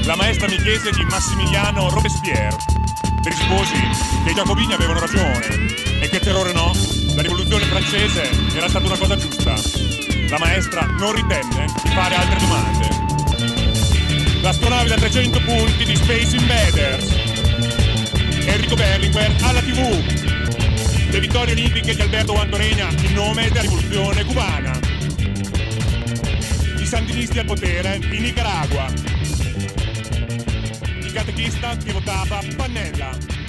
La maestra mi chiese di Massimiliano Robespierre, per i sposi che i giacobini avevano ragione e che terrore no, la rivoluzione francese era stata una cosa giusta. La maestra non ritenne di fare altre domande. L'astronave da 300 punti di Space Invaders. Enrico Berlinguer alla TV. Le vittorie olimpiche di Alberto Antoregna in nome della rivoluzione cubana. I sandinisti al potere in Nicaragua. Il catechista che votava Pannella.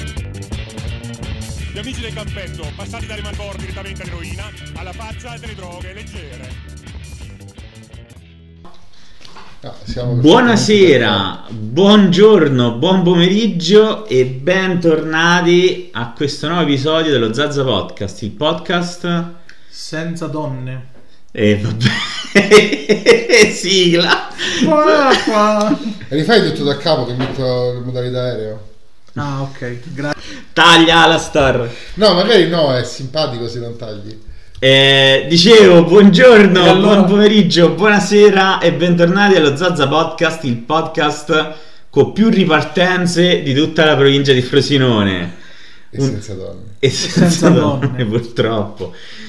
Gli amici del campetto passati dalle malbordi direttamente all'eroina, alla faccia delle droghe leggere. Buonasera, buongiorno, buon pomeriggio e bentornati a questo nuovo episodio dello Zazza Podcast, il podcast senza donne. E vabbè, sigla. Rifai tutto da capo che metto in modalità aereo. Ah, ok, grazie. Taglia la star. No, magari no, è simpatico se non tagli. Dicevo, buongiorno, allora... buon pomeriggio, buonasera e bentornati allo Zazza Podcast, il podcast con più ripartenze di tutta la provincia di Frosinone. Senza donne. E senza donne, purtroppo.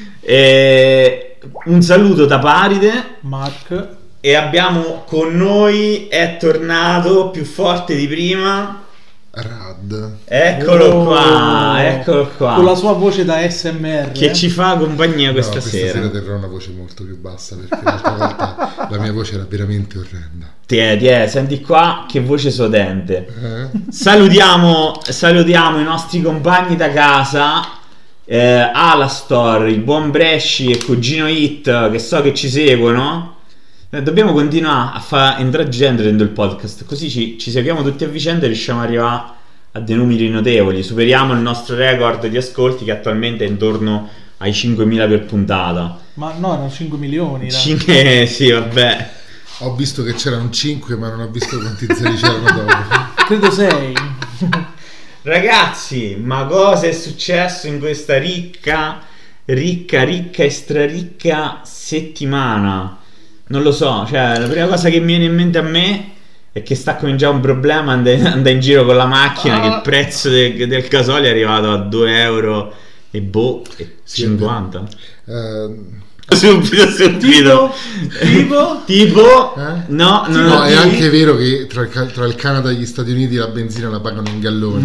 Un saluto da Paride, Mark. e abbiamo con noi, è tornato più forte di prima, Rad. eccolo qua, con la sua voce da ASMR che ci fa compagnia questa sera sera. terrò una voce molto più bassa perché l'altra volta la mia voce era veramente orrenda. Senti qua che voce sodente. Salutiamo i nostri compagni da casa, Alastor, il buon Bresci e Cugino Hit, che so che ci seguono. Dobbiamo continuare a far entrare gente dentro il podcast, così ci seguiamo tutti a vicenda e riusciamo ad arrivare a dei numeri notevoli. Superiamo il nostro record di ascolti che attualmente è intorno ai 5.000 per puntata. Ma no, erano 5 milioni. Sì, vabbè. Ho visto che c'erano 5 ma non ho visto quanti zeri c'erano dopo. Credo 6. Ragazzi, ma cosa è successo in questa ricca e straricca settimana? Non lo so, cioè la prima cosa che mi viene in mente a me è che sta cominciando un problema andare in giro con la macchina, che il prezzo del gasolio è arrivato a 2 euro e 50. Subito. Tipo? No, è anche vero che tra il Canada e gli Stati Uniti la benzina la pagano in galloni.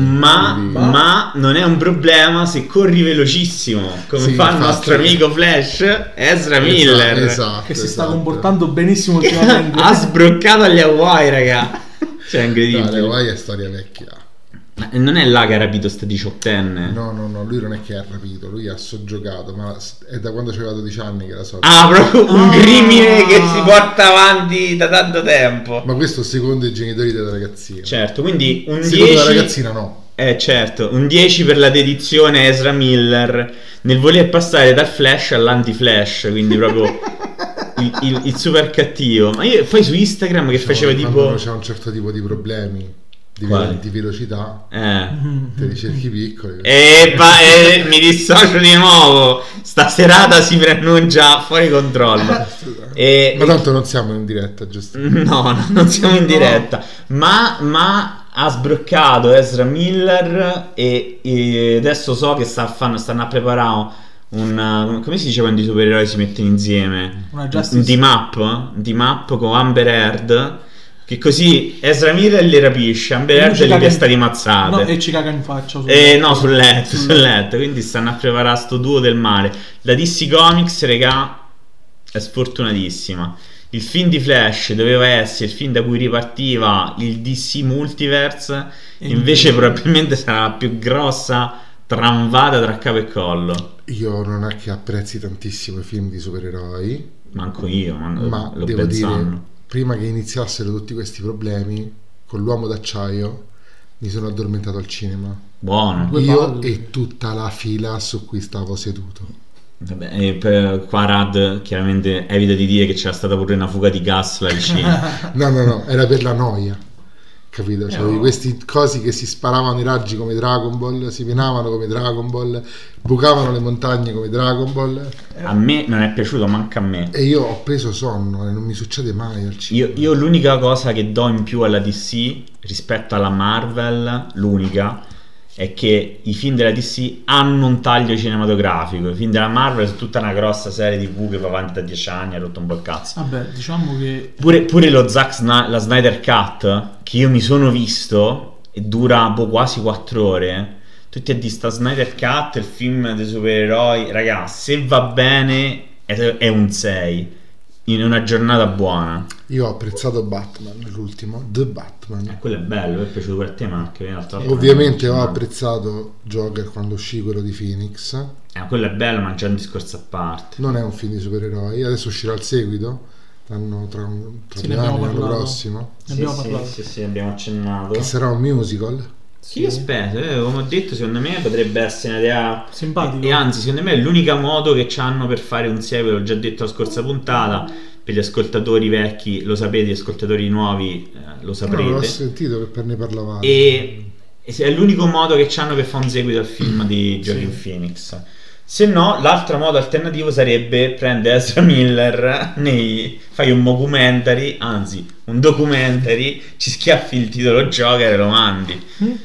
Ma non è un problema se corri velocissimo, come fa il nostro amico Flash Ezra Miller, esatto, che si sta comportando benissimo ultimamente. Ha sbroccato agli Hawaii, raga. Cioè, è incredibile. No, le Hawaii è storia vecchia. Ma non è là che ha rapito sta 18enne? No, lui non è che ha rapito, lui ha soggiogato, ma è da quando aveva 12 anni che la so. Ah, proprio un crimine che si porta avanti da tanto tempo. Ma questo secondo i genitori della ragazzina. Certo, quindi un 10. Secondo la ragazzina no. Certo, un 10 per la dedizione a Ezra Miller nel voler passare dal Flash all'anti-Flash, quindi proprio il super cattivo. Ma io poi su Instagram che faceva tipo... C'è un certo tipo di problemi di velocità, te li cerchi piccoli mi dissocio di nuovo. Sta serata si preannuncia fuori controllo. Ma tanto non siamo in diretta, giusto? No, non siamo in diretta. Ma ha sbroccato Ezra Miller e adesso so che stanno a preparare come si dice quando i supereroi si mettono insieme? Un team up con Amber Heard, che così Ezra Miller li rapisce, Amber Heard li testa di mazzate. No, e ci caga in faccia. Sul letto. Quindi stanno a preparare sto duo del male. La DC Comics, regà, è sfortunatissima. Il film di Flash doveva essere il film da cui ripartiva il DC Multiverse, invece probabilmente sarà la più grossa tramvata tra capo e collo. Io non è che apprezzi tantissimo i film di supereroi, manco io, ma lo devo pensando. dire, prima che iniziassero tutti questi problemi con l'Uomo d'Acciaio mi sono addormentato al cinema. Buono. Io e tutta la fila su cui stavo seduto. Vabbè, qua Rad chiaramente evita di dire che c'era stata pure una fuga di gas là vicino. No, era per la noia. capito? Cioè, questi cosi che si sparavano i raggi come Dragon Ball, si menavano come Dragon Ball, bucavano le montagne come Dragon Ball. A me non è piaciuto, manca a me. E io ho preso sonno e non mi succede mai al cinema. Io l'unica cosa che do in più alla DC rispetto alla Marvel, l'unica, è che i film della DC hanno un taglio cinematografico. I film della Marvel sono tutta una grossa serie TV che va avanti da 10 anni, ha rotto un po' il cazzo. Vabbè, diciamo che Pure lo la Snyder Cut, che io mi sono visto, e dura quasi 4 ore. Tutti a dire sta Snyder Cut, il film dei supereroi. Ragazzi, se va bene è un 6 in una giornata buona. Io ho apprezzato Batman, l'ultimo, The Batman. Quello è bello, è piaciuto per te, ma anche in realtà Ovviamente ho apprezzato Joker quando uscì, quello di Phoenix. quello è bello, ma c'è un discorso a parte. Non è un film di supereroi. Adesso uscirà il seguito tra Sì, 2 ne abbiamo anni, l'anno parlato. prossimo, ne abbiamo parlato. Sì, abbiamo accennato. che sarà un musical. Sì, aspetta, come ho detto, secondo me potrebbe essere un'idea Simpatico. E anzi, secondo me è l'unico modo che hanno per fare un seguito. L'ho già detto la scorsa puntata. Per gli ascoltatori vecchi lo sapete, gli ascoltatori nuovi lo No, saprete. l'ho sentito che per ne parlavate. E è l'unico modo che hanno per fare un seguito al film di Joaquin Phoenix. Se no, l'altro modo alternativo sarebbe prendere Ezra Miller, fai un documentary, anzi un documentary, ci schiaffi il titolo Joker e lo mandi.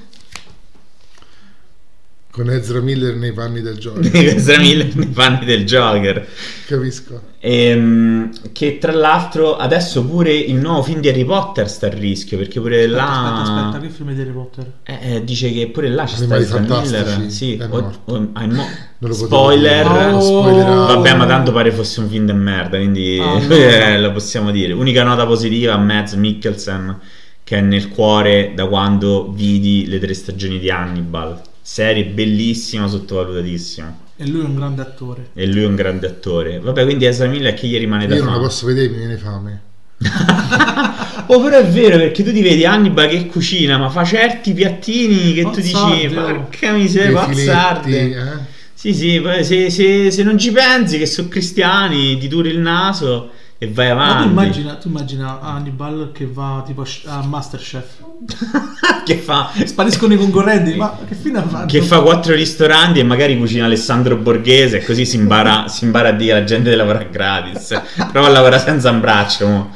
Con Ezra Miller nei panni del Joker. Ezra Miller nei panni del Joker. Capisco. Che tra l'altro adesso pure il nuovo film di Harry Potter sta a rischio, perché pure Aspetta, che film è di Harry Potter? dice che pure là c'è sta Animali Ezra Miller. Fantastici, Sì, è morto. non lo potevo spoiler. dire. Oh. Spoilerato. Vabbè, ma tanto pare fosse un film de merda, quindi no. lo possiamo dire. Unica nota positiva a Mads Mikkelsen, che è nel cuore da quando vidi le 3 stagioni di Hannibal. Serie bellissima, sottovalutatissima. E lui è un grande attore. E lui è un grande attore. Vabbè, quindi Ezra Miller che gli rimane da Io non la fare? posso vedere, mi viene fame. Oh, però è vero, perché tu ti vedi Hannibal che cucina, ma fa certi piattini che tu dici, Pazzardi, porca miseria, Quei pazzarde. filetti, Sì, poi se non ci pensi che sono cristiani, ti turi il naso e vai Ma avanti. tu immagina Hannibal che va tipo a Masterchef. che fa Spariscono i concorrenti, ma che fine ha fatto? che fa 4 ristoranti e magari cucina Alessandro Borghese, e così si impara a dire alla gente di lavorare gratis. Prova a lavorare senza un braccio mo.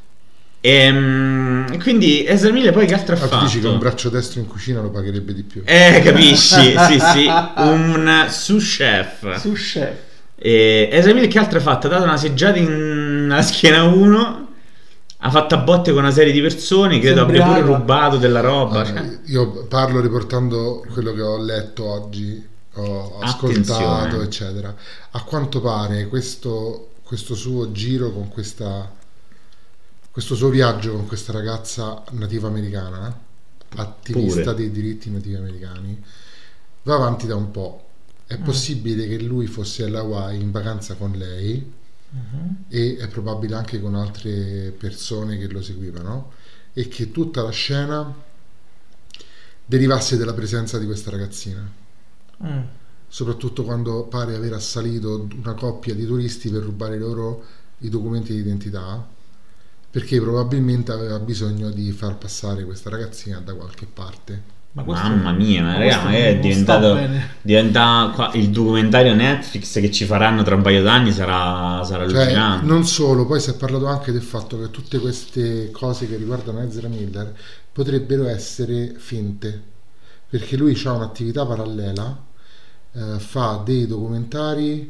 Quindi Ezra Miller poi che altro ha tu fatto? dici che un braccio destro in cucina lo pagherebbe di più. Capisci? Sì, un sous chef. Su chef. E Ezra Miller che altro ha fatto? Ha dato una seggiata alla schiena a uno, ha fatto a botte con una serie di persone, credo abbia pure rubato della roba. Cioè. Io parlo riportando quello che ho letto oggi, ho ascoltato, Attenzione. eccetera. A quanto pare questo suo giro con questo suo viaggio con questa ragazza nativa americana, attivista dei diritti nativi americani, va avanti da un po'. È possibile che lui fosse alla Hawaii in vacanza con lei, e è probabile anche con altre persone che lo seguivano, e che tutta la scena derivasse dalla presenza di questa ragazzina, soprattutto quando pare aver assalito una coppia di turisti per rubare loro i documenti di identità, perché probabilmente aveva bisogno di far passare questa ragazzina da qualche parte. Ma questo- Mamma mia, ma ma raga, questo ma è non diventato sta bene. il documentario Netflix che ci faranno tra un paio d'anni sarà Cioè, allucinante. non solo, poi si è parlato anche del fatto che tutte queste cose che riguardano Ezra Miller potrebbero essere finte, perché lui ha un'attività parallela, fa dei documentari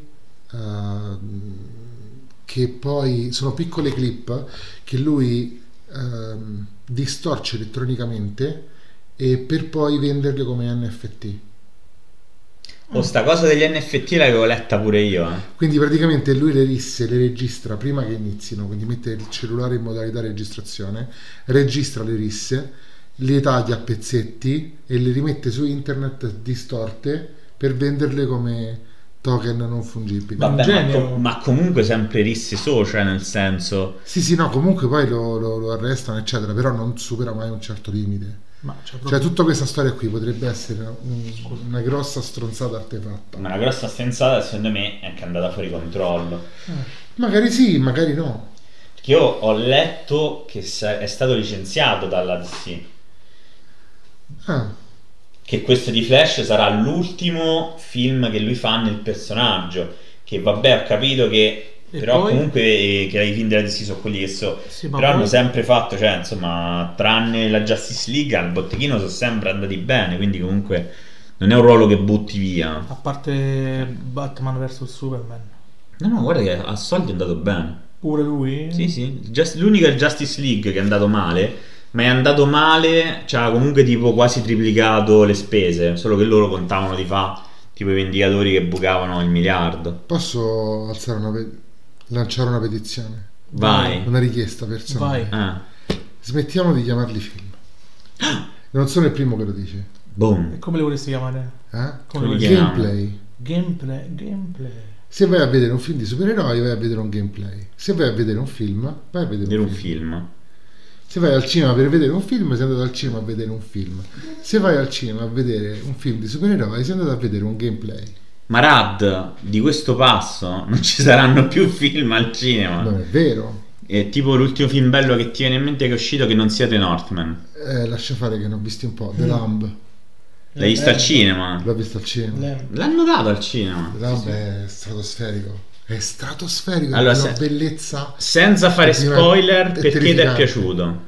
che poi sono piccole clip che lui distorce elettronicamente e per poi venderle come NFT. Sta cosa degli NFT l'avevo letta pure io. Quindi praticamente lui le risse le registra prima che inizino, quindi mette il cellulare in modalità registrazione, registra le risse, le taglia a pezzetti e le rimette su internet distorte per venderle come token non fungibili. Vabbè, genio. ma comunque sempre risse cioè nel senso. Sì, no, comunque poi lo arrestano, eccetera, però non supera mai un certo limite. Ma c'è Cioè, proprio... tutta questa storia qui potrebbe essere una grossa stronzata artefatta. Ma la grossa stenzata secondo me è che è andata fuori controllo. Magari sì, magari no. Perché io ho letto che è stato licenziato dalla DC. Che questo di Flash sarà l'ultimo film che lui fa nel personaggio. Che vabbè, ho capito che... Però poi? comunque che i film della DC sono quelli che so. Sì, ma però hanno poi- sempre fatto, cioè insomma, tranne la Justice League, al botteghino sono sempre andati bene, quindi comunque non è un ruolo che butti via. A parte Batman vs Superman. No, guarda che a soldi è andato bene. Pure lui? Sì. L'unica è il Justice League che è andato male, ma è andato male, cioè comunque tipo quasi triplicato le spese, solo che loro contavano di fa tipo i Vendicatori che bucavano il miliardo. Posso lanciare una petizione? Vai. Una richiesta personale. Vai. Smettiamo di chiamarli film. Non sono il primo che lo dice. Boom. E come li vorresti chiamare? Eh? Come li li chiamiamo? Gameplay. Se vai a vedere un film di supereroi, vai a vedere un gameplay. Se vai a vedere un film, vai a vedere Vedere un un film. film. Se vai al cinema per vedere un film, sei andato al cinema a vedere un film. Se vai al cinema a vedere un film di supereroi, sei andato a vedere un gameplay. Ma Rad, di questo passo non ci saranno più film al cinema. Non è vero. È tipo l'ultimo film bello che ti viene in mente che è uscito che non sia The Northman. Lascia fare che ne ho visti un po'. The Lamb. L'hai visto al cinema? L'ho visto al cinema. L'hanno dato al cinema. The Lamb è stratosferico. È stratosferico. Allora, è una bellezza. Senza fare spoiler, È perché ti è terrificante. piaciuto?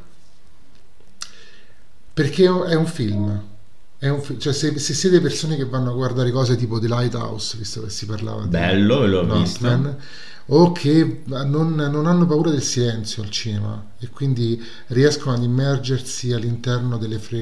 Perché è un film. Cioè, se siete persone che vanno a guardare cose tipo The Lighthouse, visto che si parlava di Bello, ve l'ho Northman, visto. o che non hanno paura del silenzio al cinema e quindi riescono ad immergersi all'interno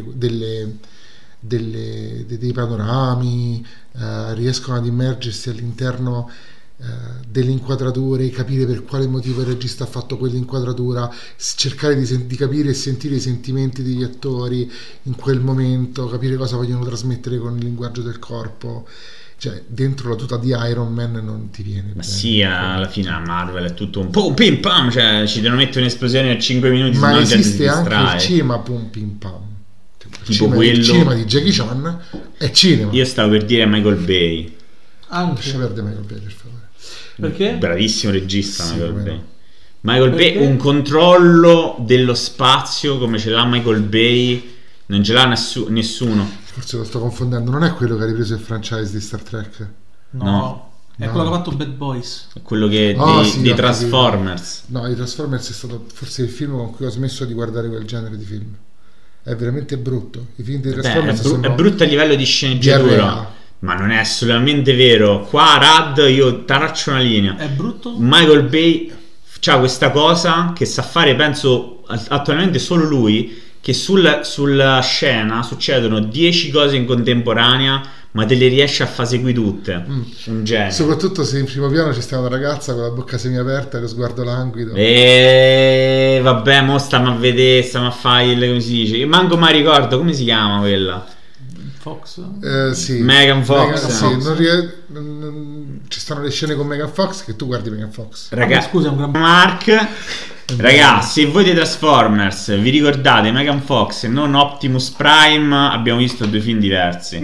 dei panorami, riescono ad immergersi all'interno delle inquadrature, capire per quale motivo il regista ha fatto quell'inquadratura, cercare di capire e sentire i sentimenti degli attori in quel momento, capire cosa vogliono trasmettere con il linguaggio del corpo. Cioè, dentro la tuta di Iron Man non ti viene Ma bene. sì, alla fine a Marvel è tutto un po' pim pam, cioè ci devono mettere un'esplosione a 5 minuti, Ma sennò la gente si esiste anche distrae. il cinema pum pim pam. Tipo Il quello. cinema di Jackie Chan è cinema. Io stavo per dire Michael Bay. Anche. Lascia perdere Michael Bay, per favore. Perché? Bravissimo regista Sì, Michael come Bay. no. Michael Bay, Perché? un controllo dello spazio come ce l'ha Michael Bay, non ce l'ha nessuno. Forse lo sto confondendo. Non è quello che ha ripreso il franchise di Star Trek? No. È No. quello che ha fatto Bad Boys. È quello che Ah, dei sì, dei ho capito. Transformers. No, i Transformers è stato forse il film con cui ho smesso di guardare quel genere di film. È veramente brutto. I film dei Beh, Transformers sono è brutto a livello di sceneggiatura, diarrea. ma non è assolutamente vero. Qua Rad io traccio una linea. È brutto? Michael Bay c'ha questa cosa che sa fare, penso attualmente solo lui, che sulla scena succedono 10 cose in contemporanea, ma te le riesce a far seguire tutte. Un genio. Soprattutto se in primo piano ci sta una ragazza con la bocca semiaperta e lo sguardo languido. E vabbè, mo stiamo a vedere, stiamo a fare il, come si dice, manco mi ricordo come si chiama quella. Fox? Sì. Megan Fox. Sì, ci stanno le scene con Megan Fox che tu guardi Megan Fox. Ragazzi, Scusa, è un gran... Mark, ragazzi, se voi dei Transformers vi ricordate Megan Fox e non Optimus Prime, abbiamo visto due film diversi.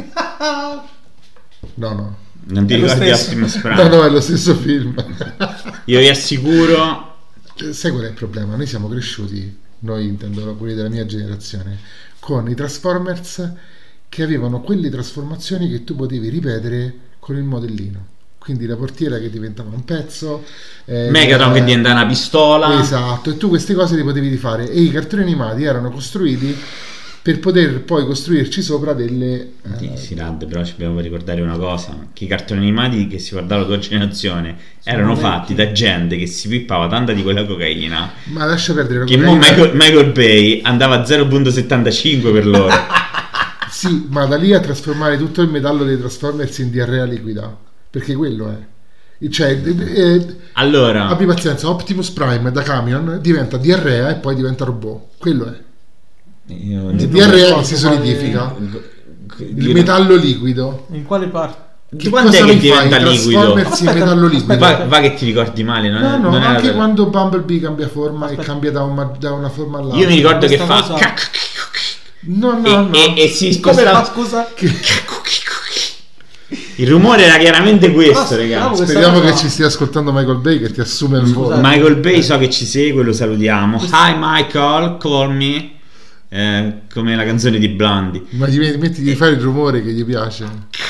No. Non ti È lo ricordi stesso. Optimus Prime? No, è lo stesso film. Io vi assicuro. Sai qual è il problema? Noi siamo cresciuti, noi intendo quelli della mia generazione, con i Transformers che avevano quelle trasformazioni che tu potevi ripetere con il modellino. Quindi la portiera che diventava un pezzo, Megatron che diventa una pistola. esatto, e tu queste cose le potevi rifare e i cartoni animati erano costruiti per poter poi costruirci sopra delle Sì, Rad, però ci dobbiamo ricordare una cosa, che i cartoni animati che si guardava la tua generazione erano vecchi. fatti da gente che si pippava tanta di quella cocaina ma lascia perdere la che mo cocaina. Michael Bay andava a 0,75 per loro. Sì, ma da lì a trasformare tutto il metallo dei Transformers in diarrea liquida, perché quello è. Cioè, Allora, abbi pazienza, Optimus Prime da camion diventa diarrea e poi diventa robot. Quello è. io- Il diarrea che si solidifica. Il metallo liquido. In quale parte? Che Quando cosa è che mi fai? diventa liquido? Trasformersi in Aspetta, metallo liquido. va che ti ricordi male, non è, No, non è anche la- quando Bumblebee cambia forma Aspetta. e cambia da una forma all'altra. Io mi ricordo che Questa fa cosa- No. e si Come fa, sposta. scusa? Il rumore era chiaramente questo, Però ragazzi. questa Speriamo cosa- che ci stia ascoltando Michael Bay che ti assume il volo. Scusate. Michael Bay so che ci segue, lo salutiamo. Hi Michael, call me. come la canzone di Blondie. Ma metti di fare il rumore che gli piace.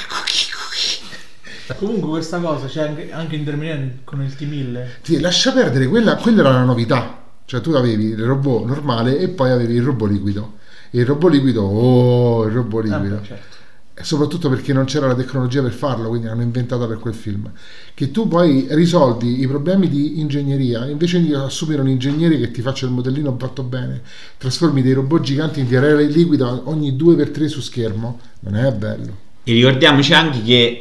Comunque questa cosa c'è anche in Terminator con il T-1000. Sì, lascia perdere, quella era una novità. Cioè tu avevi il robot normale e poi avevi il robot liquido. E il robot liquido, Certo. E soprattutto perché non c'era la tecnologia per farlo, quindi l'hanno inventata per quel film. Che tu poi risolvi i problemi di ingegneria, invece di assumere un ingegnere che ti faccia il modellino fatto bene, trasformi dei robot giganti in diarrea liquida ogni 2x3 su schermo. Non è bello. E ricordiamoci anche che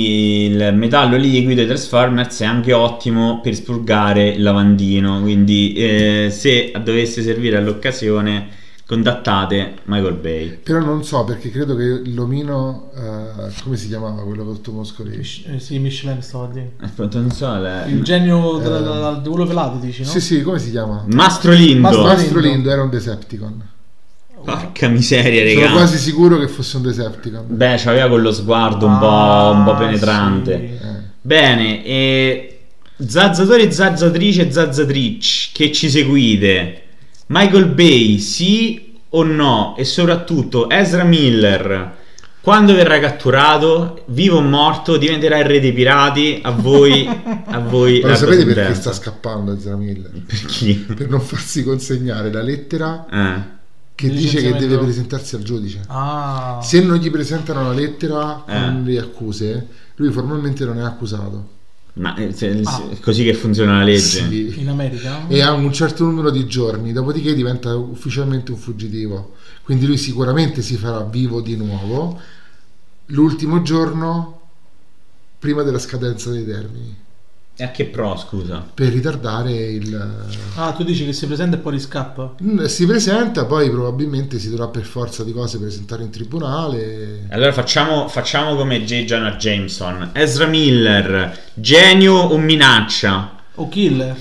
il metallo liquido dei Transformers è anche ottimo per spurgare il lavandino, quindi se dovesse servire all'occasione contattate Michael Bay. Però non so, perché credo che l'omino, come si chiamava quello con tutto muscoli? Sì, Michelin stavo a dire. Non so, Il genio di quello pelato, dici, no? Sì, come si chiama? Mastro Lindo. Mastro Lindo era un Decepticon. Porca miseria, raga. Sono quasi sicuro che fosse un Decepticon. Beh, c'aveva quello sguardo un po' penetrante. Sì. Bene, e zazzatori, zazzatrice, zazzatrice che ci seguite, Michael Bay sì o no? E soprattutto Ezra Miller, quando verrà catturato, vivo o morto, diventerà il re dei pirati? A voi Ma lo la sapete perché sentenza. sta scappando Ezra Miller? Per chi? Per non farsi consegnare la lettera che Il dice che deve licenziamento. presentarsi al giudice. Ah. Se non gli presentano la lettera con le accuse, lui formalmente non è accusato. Ma è così che funziona la legge? Sì. In America? E ha un certo numero di giorni, dopodiché diventa ufficialmente un fuggitivo. Quindi lui sicuramente si farà vivo di nuovo l'ultimo giorno prima della scadenza dei termini, E a che pro, scusa? per ritardare il... Ah, tu dici che si presenta e poi riscappa? Si presenta, poi probabilmente si dovrà per forza di cose presentare in tribunale. Allora facciamo come J. Jonah Jameson. Ezra Miller, genio o minaccia? O killer?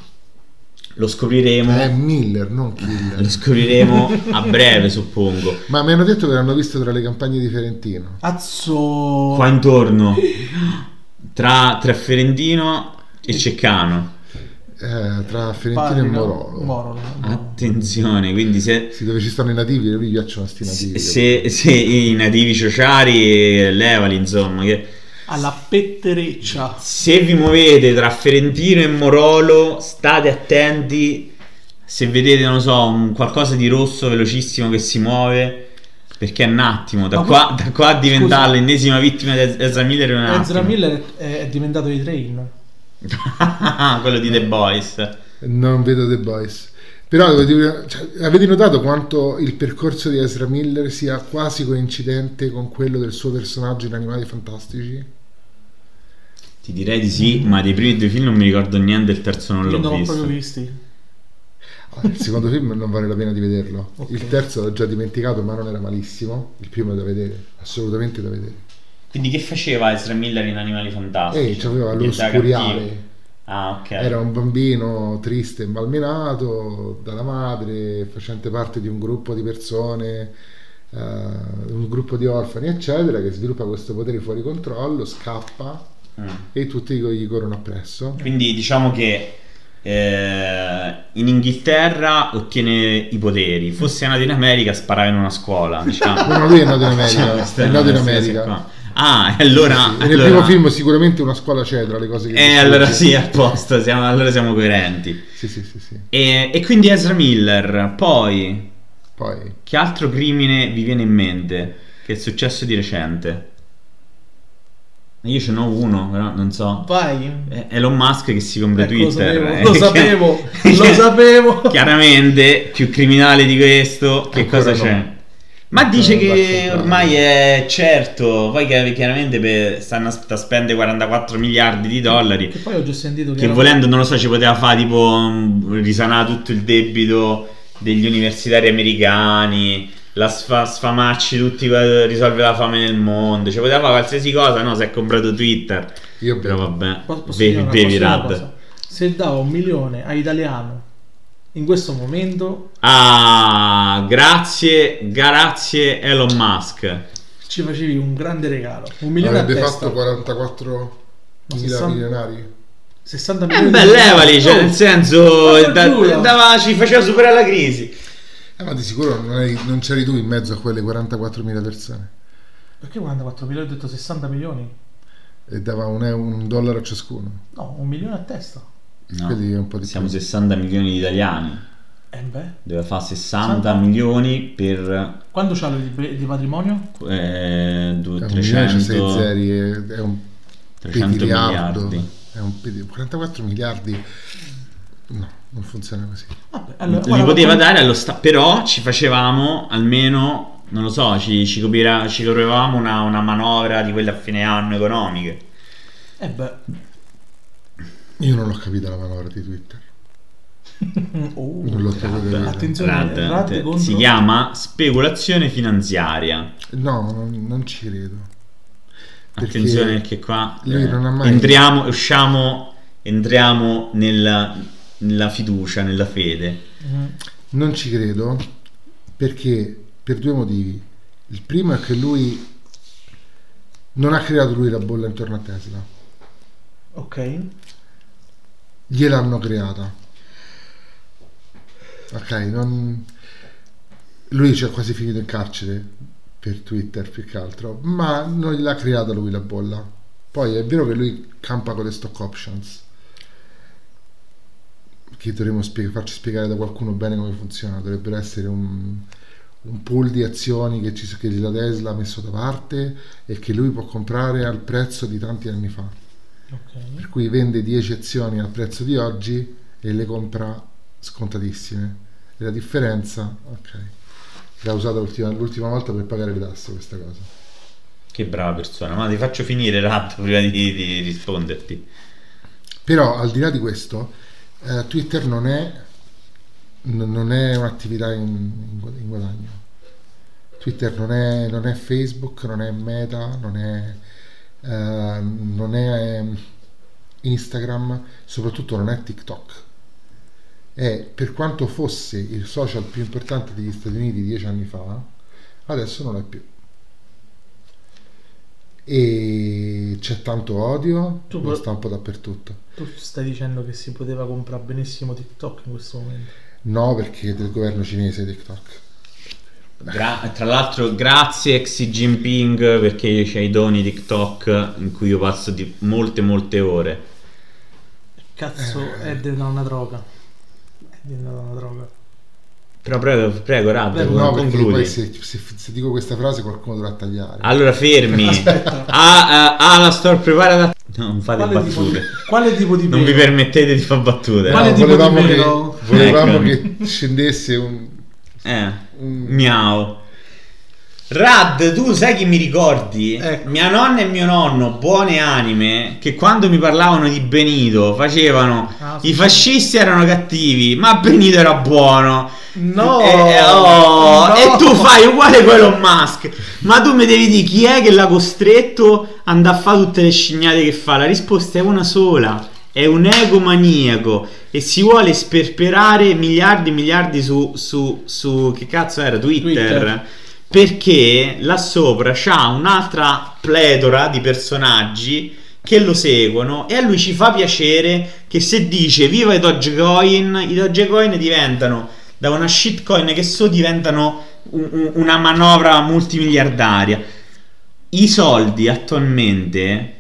Lo scopriremo. È Miller, non Killer. Lo scopriremo a breve, suppongo. Ma mi hanno detto che l'hanno visto tra le campagne di Ferentino. Azzo. Qua intorno, tra Ferentino e Ceccano. Tra Ferentino e Morolo. Morolo. Attenzione, quindi se Sì, dove ci stanno i nativi, a lui piacciono sti nativi. se i nativi ciociari, levali, insomma, che Alla pettereccia. se vi muovete tra Ferentino e Morolo, state attenti. Se vedete, non so, qualcosa di rosso velocissimo che si muove, perché è un attimo. Da qua a diventare scusa, l'ennesima vittima di Ezra Miller è un attimo. Ezra Miller è diventato di Train. Quello di The Boys. Non vedo The Boys. Però devo dire, avete notato quanto il percorso di Ezra Miller sia quasi coincidente con quello del suo personaggio in Animali Fantastici? Ti direi di sì, ma dei primi due film non mi ricordo niente, il terzo non Io l'ho non l'ho visto. proprio visti. Il secondo film non vale la pena di vederlo. Ok. Il terzo l'ho già dimenticato, ma non era malissimo. Il primo è da vedere, assolutamente da vedere. Quindi che faceva Ezra Miller in Animali Fantastici? C'aveva lo Diventava scuriale. cattivo. Ah, ok. Era un bambino triste e malmenato dalla madre, facente parte di un gruppo di persone, un gruppo di orfani, eccetera, che sviluppa questo potere fuori controllo, scappa e tutti gli corrono appresso. Quindi diciamo che in Inghilterra ottiene i poteri. Fosse nato in America, sparava in una scuola, diciamo. No, lui è nato in America. Questa È nato in questa America. qua. Ah, e allora, E nel primo film sicuramente una scuola c'è tra le cose che allora distrugge. sì, a posto, allora siamo coerenti. Sì. E quindi Ezra Miller, poi Poi che altro crimine vi viene in mente che è successo di recente? Io ce n'ho uno, però non so. Vai. È Elon Musk che si compra Ecco, Twitter. lo sapevo. Chiaramente più criminale di questo, che Ancora cosa no. c'è? Ma dice non va che accettato. ormai è certo, poi che chiaramente stanno a spendere 44 miliardi di dollari. Che poi ho già sentito Che volendo, non lo so, ci poteva fare tipo risanare tutto il debito degli universitari americani, la sfamarci tutti, risolvere la fame nel mondo, ci poteva fare qualsiasi cosa, no? Si è comprato Twitter. io Però vabbè, Posso dire una bevi cosa? Rad. Se davo 1 milione a Italiano in questo momento, Ah, grazie Elon Musk. ci facevi un grande regalo. 1 milione avrebbe a testa. fatto 44 Ma mila 60 milionari. 60 milioni Beh, di levali, cioè euro. nel senso Ma giuro. ci faceva superare la crisi. Ma di sicuro non c'eri tu in mezzo a quelle 44.000 persone. Perché 44 milioni? Ho detto 60 milioni. E dava un dollaro a ciascuno. No, 1 milione a testa. No, Quindi è un po' di siamo più. 60 milioni di italiani. Beh. Deve fare 60 milioni per Quanto c'ha di patrimonio? 300 6 zeri, è un 300 petiliardo. miliardi. È un 44 miliardi. No, non funziona così. Vabbè, allora, Li poteva dare allo Stato, però ci facevamo almeno, non lo so, ci coprivamo una manovra di quelle a fine anno economiche. Beh. Io non l'ho capita la manovra di Twitter. Non l'ho capita. Attenzione, Rad contro... si chiama speculazione finanziaria. No, non ci credo. Attenzione perché qua lui non ha mai... entriamo nella fiducia, nella fede. Non ci credo perché per due motivi. Il primo è che lui non ha creato lui la bolla intorno a Tesla. Ok. Gliel'hanno creata. Ok, lui ci ha quasi finito in carcere per Twitter più che altro, ma non gliel'ha creata lui la bolla. Poi è vero che lui campa con le stock options, che dovremmo farci spiegare da qualcuno bene come funziona. Dovrebbero essere un pool di azioni che la Tesla ha messo da parte e che lui può comprare al prezzo di tanti anni fa. Okay. Per cui vende 10 azioni al prezzo di oggi e le compra scontatissime, e la differenza l'ha usata l'ultima volta per pagare le tasse, questa cosa. Che brava persona, ma ti faccio finire Rad prima di risponderti. Però al di là di questo, Twitter non è un'attività in guadagno. Twitter non è Facebook, non è Meta, non è Instagram, soprattutto non è TikTok. E per quanto fosse il social più importante degli Stati Uniti 10 anni fa, adesso non è più. E c'è tanto odio, lo sta un po' dappertutto. Tu stai dicendo che si poteva comprare benissimo TikTok in questo momento? No, perché è del governo cinese TikTok. Tra l'altro grazie Xi Jinping, perché c'è i doni TikTok in cui io passo di molte ore. Cazzo, è diventata una droga. Però prego Rad, no, perché concludi. poi se dico questa frase qualcuno dovrà tagliare. Allora fermi. La store preparata. No, non fate battute. Quale tipo di non vi permettete di fare battute. Quale tipo di vero? Volevamo che scendesse un miau. Rad, tu sai chi mi ricordi? Ecco. Mia nonna e mio nonno, buone anime, che quando mi parlavano di Benito facevano i fascisti erano cattivi, ma Benito era buono. No, e tu fai uguale con Elon Musk. Ma tu mi devi dire chi è che l'ha costretto ad andare a fare tutte le scignate che fa? La risposta è una sola: è un egomaniaco e si vuole sperperare miliardi su che cazzo era? Twitter. Perché là sopra c'ha un'altra pletora di personaggi che lo seguono e a lui ci fa piacere che se dice viva i Dogecoin diventano, da una shitcoin che diventano una manovra multimiliardaria. I soldi attualmente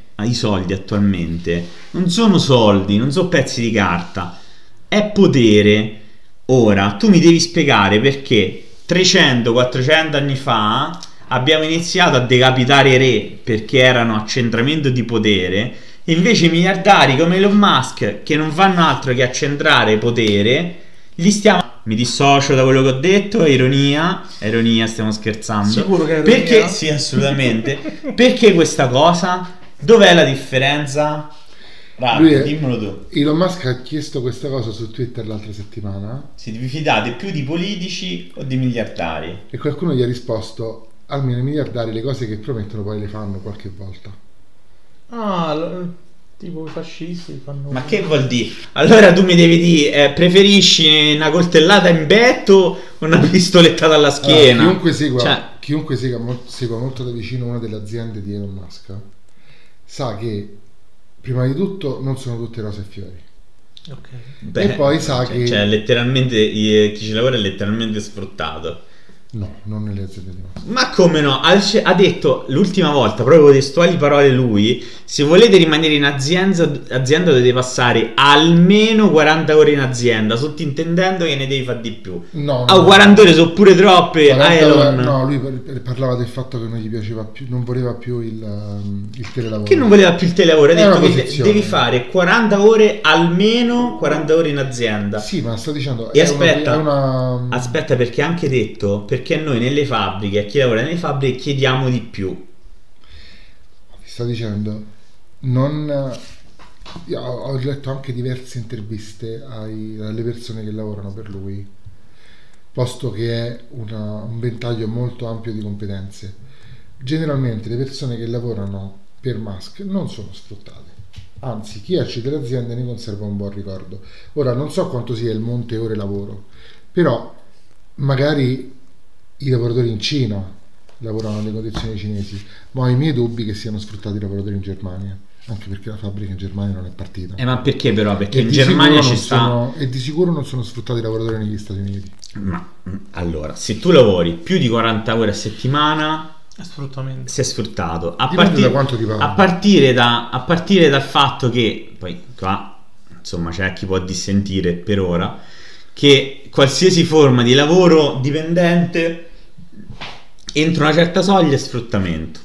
non sono soldi, non sono pezzi di carta, è potere. Ora tu mi devi spiegare perché 300-400 anni fa abbiamo iniziato a decapitare i re perché erano accentramento di potere, e invece i miliardari come Elon Musk, che non fanno altro che accentrare potere, li stiamo... Mi dissocio da quello che ho detto, è ironia, stiamo scherzando. Sicuro che è ironia? Perché? Sì, assolutamente. Perché questa cosa? Dov'è la differenza? Dimmelo tu. Elon Musk ha chiesto questa cosa su Twitter l'altra settimana. Se vi fidate più di politici o di miliardari? E qualcuno gli ha risposto: almeno i miliardari le cose che promettono poi le fanno qualche volta. Tipo i fascisti fanno... Ma che vuol dire? Allora tu mi devi dire, preferisci una coltellata in petto o una pistolettata alla schiena? Chiunque segua molto da vicino una delle aziende di Elon Musk sa che prima di tutto non sono tutte rose e fiori. Ok. Beh, E poi sa che... cioè letteralmente chi ci lavora è letteralmente sfruttato. No, non nelle aziende di Mosca. Ma come no? Ha detto l'ultima volta, proprio testuali parole lui, se volete rimanere in azienda dovete passare almeno 40 ore in azienda, sottintendendo che ne devi fare di più. No, Ah, 40 ore sono pure troppe, 40 Elon. no, lui parlava del fatto che non gli piaceva più, non voleva più il telelavoro. Che non voleva più il telelavoro, ha È una detto che posizione. devi fare 40 ore, almeno 40 ore in azienda. Sì, ma sto dicendo... E è aspetta, aspetta, perché ha anche detto, perché noi nelle fabbriche, a chi lavora nelle fabbriche chiediamo di più. sto dicendo, non... Io ho letto anche diverse interviste alle persone che lavorano per lui, posto che è un ventaglio molto ampio di competenze. Generalmente le persone che lavorano per Musk non sono sfruttate, anzi chi esce dalle aziende ne conserva un buon ricordo. Ora non so quanto sia il monte ore lavoro, però magari i lavoratori in Cina lavorano nelle condizioni cinesi, ma ho i miei dubbi che siano sfruttati i lavoratori in Germania, anche perché la fabbrica in Germania non è partita. Ma perché però? Perché E in di Germania sicuro ci sta... e di sicuro non sono sfruttati i lavoratori negli Stati Uniti. Ma allora, se tu lavori più di 40 ore a settimana, È sfruttamento. sei sfruttato. Dipende da quanto ti pagano. A partire dal fatto che, poi qua, insomma, c'è chi può dissentire per ora, che qualsiasi forma di lavoro dipendente entro una certa soglia è sfruttamento.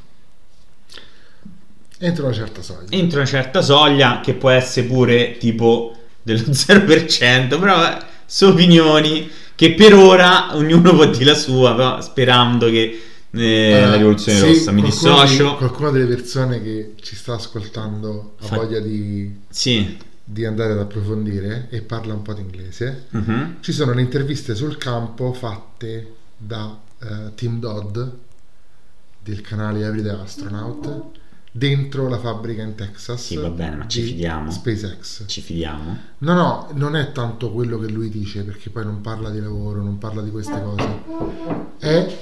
Entro una certa soglia. Entro una certa soglia, che può essere pure tipo dello 0%, però sono opinioni che per ora ognuno può dire la sua, però sperando che la rivoluzione Sì, rossa mi dissocio. qualcuna delle persone che ci sta ascoltando ha voglia di Sì. andare ad approfondire e parla un po' di inglese. Mhm. Ci sono le interviste sul campo fatte da Tim Dodd del canale Everyday Astronaut dentro la fabbrica in Texas. Sì, va bene, ma ci di fidiamo. SpaceX. Ci fidiamo. No, non è tanto quello che lui dice, perché poi non parla di lavoro, non parla di queste cose. È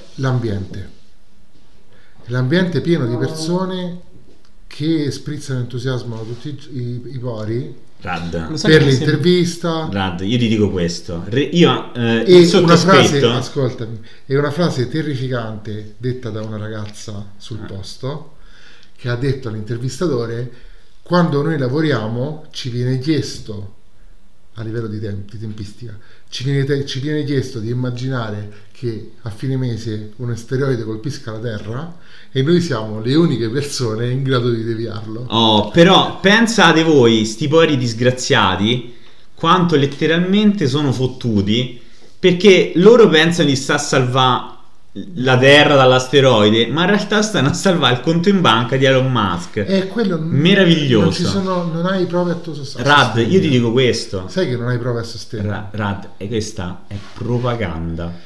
l'ambiente pieno di persone che sprizzano entusiasmo da tutti i pori Rad, per l'intervista. io ti dico questo. Io il E una frase, sottoscritto, ascoltami, è una frase terrificante detta da una ragazza sul posto, che ha detto all'intervistatore: quando noi lavoriamo ci viene chiesto, a livello di tempistica, ci viene chiesto di immaginare che a fine mese un asteroide colpisca la Terra e noi siamo le uniche persone in grado di deviarlo. oh, però pensate voi, sti poveri disgraziati, quanto letteralmente sono fottuti, perché loro pensano di sta a salvare la Terra dall'asteroide, ma in realtà stanno a salvare il conto in banca di Elon Musk. È quello Meraviglioso. non hai prove a tuo sostegno. Rad, io ti dico questo. Sai che non hai prove a sostegno. Rad, e questa è propaganda.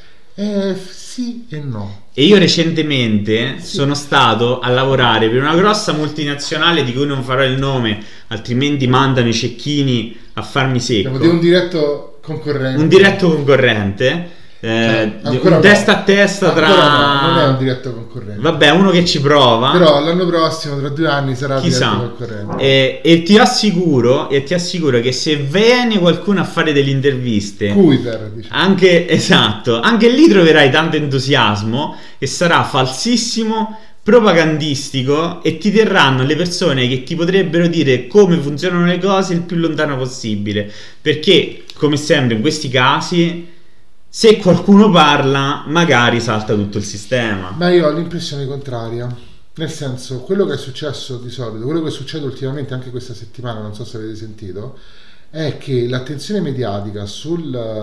Sì e no. E io recentemente sono stato a lavorare per una grossa multinazionale di cui non farò il nome, altrimenti mandano i cecchini a farmi secco. Di un diretto concorrente. Un diretto concorrente, un testa a testa tra... No, non è un diretto concorrente. Vabbè, uno che ci prova. Però l'anno prossimo, tra 2 anni, sarà Chissà. diretto concorrente. E ti assicuro che se viene qualcuno a fare delle interviste, Kuiper, diciamo. anche lì troverai tanto entusiasmo e sarà falsissimo, propagandistico, e ti terranno le persone che ti potrebbero dire come funzionano le cose il più lontano possibile, perché come sempre in questi casi, se qualcuno parla magari salta tutto il sistema. Ma io ho l'impressione contraria. Nel senso, quello che è successo di solito, quello che succede ultimamente anche questa settimana, non so se avete sentito, è che l'attenzione mediatica su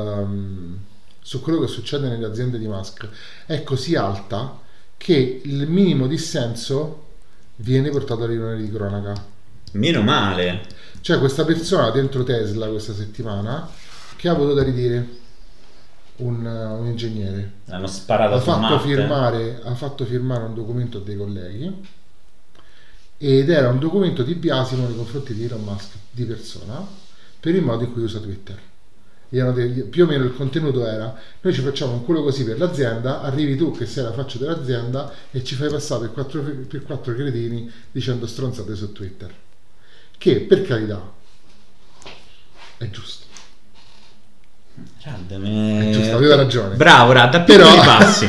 quello che succede nelle aziende di Musk è così alta che il minimo dissenso viene portato alle riunioni di cronaca. Meno male. C'è questa persona dentro Tesla questa settimana che ha avuto da ridire un ingegnere. Hanno sparato Ha sul fatto firmare un documento a dei colleghi ed era un documento di biasimo nei confronti di Elon Musk di persona per il modo in cui usa Twitter. Più o meno il contenuto era: noi ci facciamo un culo così per l'azienda, arrivi tu che sei la faccia dell'azienda e ci fai passare per quattro cretini dicendo stronzate su Twitter. Che, per carità, È giusto. Rad, È giusto, aveva ragione. Bravo Rad, a piccoli passi.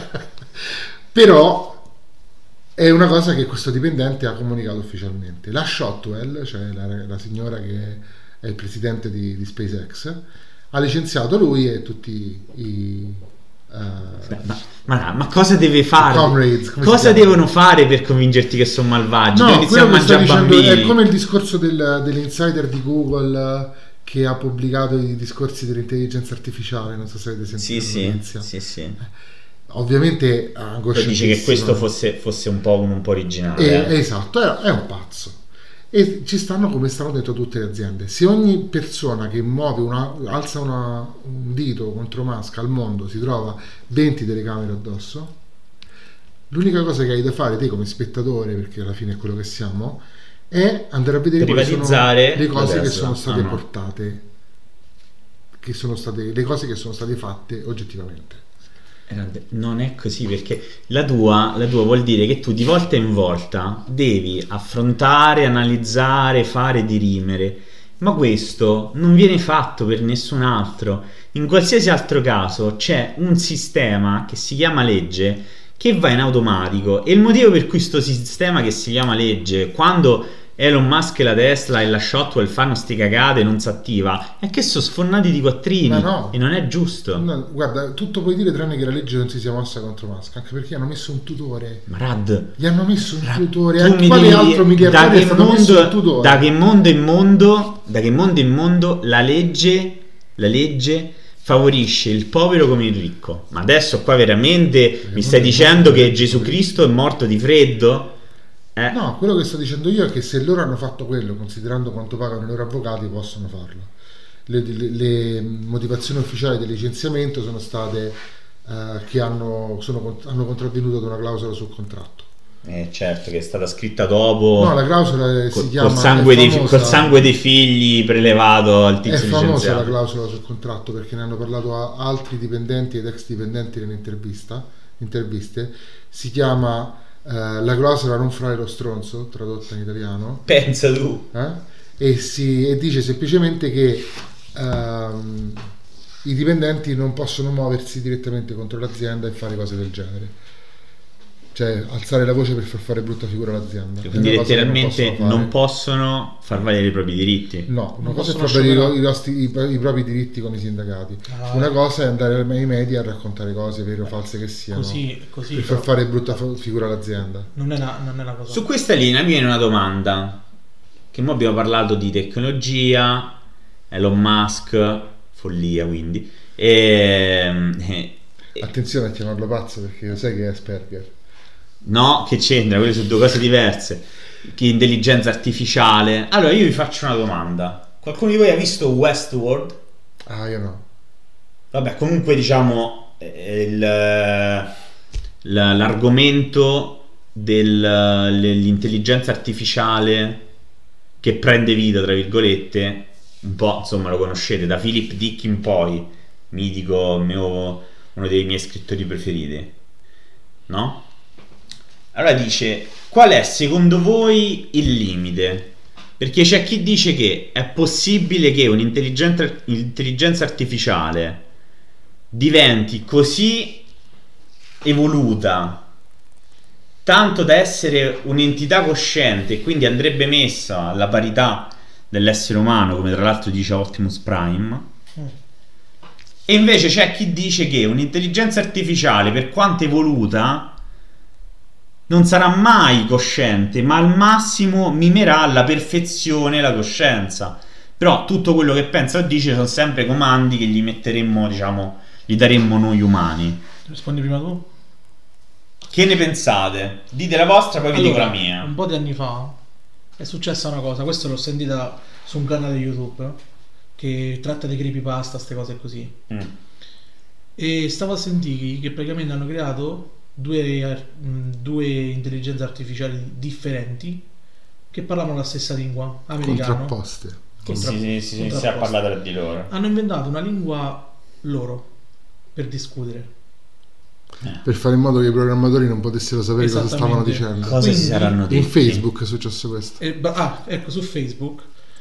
Però è una cosa che questo dipendente ha comunicato ufficialmente. La Shotwell, cioè la signora che è il presidente di SpaceX, ha licenziato lui e tutti i ma cosa deve fare? comrades, Cosa devono fare per convincerti che sono malvagi? No, Devono iniziare a quello che sto mangiare dicendo bambini. è come il discorso dell'insider di Google che ha pubblicato i discorsi dell'intelligenza artificiale, non so se avete sentito la notizia. Sì. Ovviamente Poi dice che questo fosse un po' originale. Esatto, è un pazzo. E ci stanno, come stanno dentro tutte le aziende. Se ogni persona che alza un dito contro Musk al mondo si trova 20 telecamere addosso, l'unica cosa che hai da fare te come spettatore, perché alla fine è quello che siamo, è andare a vedere quali sono le cose che sono state portate, le cose che sono state fatte oggettivamente. Non è così, perché la tua vuol dire che tu di volta in volta devi affrontare, analizzare, fare, dirimere, ma questo non viene fatto per nessun altro. In qualsiasi altro caso c'è un sistema che si chiama legge che va in automatico, e il motivo per cui sto sistema che si chiama legge, quando Elon Musk e la Tesla e la Shotwell fanno sti cagate e non si attiva, è che sono sfornati di quattrini. No. E non è giusto. No, guarda, tutto puoi dire tranne che la legge non si sia mossa contro Musk, anche perché hanno messo un tutore. Ma Rad, Gli hanno messo un tutore. tu mi Quale devi altro dire miliardario è stato messo un tutore? da che mondo in mondo la legge favorisce il povero come il ricco? Ma adesso qua veramente mi stai dicendo che Gesù Cristo è morto di freddo? No, quello che sto dicendo io è che se loro hanno fatto quello, considerando quanto pagano i loro avvocati, possono farlo. Le motivazioni ufficiali del licenziamento sono state che hanno contravvenuto ad una clausola sul contratto. Certo, che è stata scritta dopo. No, la clausola si chiama col sangue dei figli prelevato al tizio licenziato. È famosa la clausola sul contratto, perché ne hanno parlato a altri dipendenti ed ex dipendenti nelle interviste. Si chiama la clausola non fare lo stronzo, tradotta in italiano. Pensa tu. E dice semplicemente che i dipendenti non possono muoversi direttamente contro l'azienda e fare cose del genere, cioè alzare la voce per far fare brutta figura all'azienda. Quindi letteralmente non possono far valere i propri diritti. No, una cosa è far valere i propri diritti con i sindacati, una cosa è andare ai media a raccontare cose vere o false che siano, così per far fare brutta figura all'azienda. Non è una cosa. Su questa linea viene una domanda, che mo abbiamo parlato di tecnologia, Elon Musk, follia quindi, attenzione a chiamarlo pazzo, perché lo sai che è Asperger. No, che c'entra? Quelle sono due cose diverse. Che intelligenza artificiale. Allora io vi faccio una domanda. Qualcuno di voi ha visto Westworld? Io no. Vabbè, comunque diciamo l'argomento dell'intelligenza artificiale che prende vita, tra virgolette, un po', insomma, lo conoscete, da Philip Dick in poi, mitico, uno dei miei scrittori preferiti, no? Allora dice: qual è secondo voi il limite? Perché c'è chi dice che è possibile che un'intelligenza artificiale diventi così evoluta tanto da essere un'entità cosciente e quindi andrebbe messa alla parità dell'essere umano, come tra l'altro dice Optimus Prime. E invece c'è chi dice che un'intelligenza artificiale, per quanto evoluta, non sarà mai cosciente, ma al massimo mimerà alla perfezione la coscienza. Però tutto quello che pensa o dice sono sempre comandi che gli metteremmo, diciamo, gli daremmo noi umani. Rispondi prima tu? Che ne pensate? Dite la vostra, poi vi dico la mia. Un po' di anni fa è successa una cosa, questo l'ho sentita su un canale YouTube che tratta di creepypasta, queste cose così. E stavo a sentire che praticamente hanno creato due intelligenze artificiali differenti che parlavano la stessa lingua, americano. Contrapposte. Sì, si è parlato tra di loro. Hanno inventato una lingua loro per discutere, per fare in modo che i programmatori non potessero sapere cosa stavano dicendo. Cosa si saranno detti? In Facebook è successo questo. ecco, su Facebook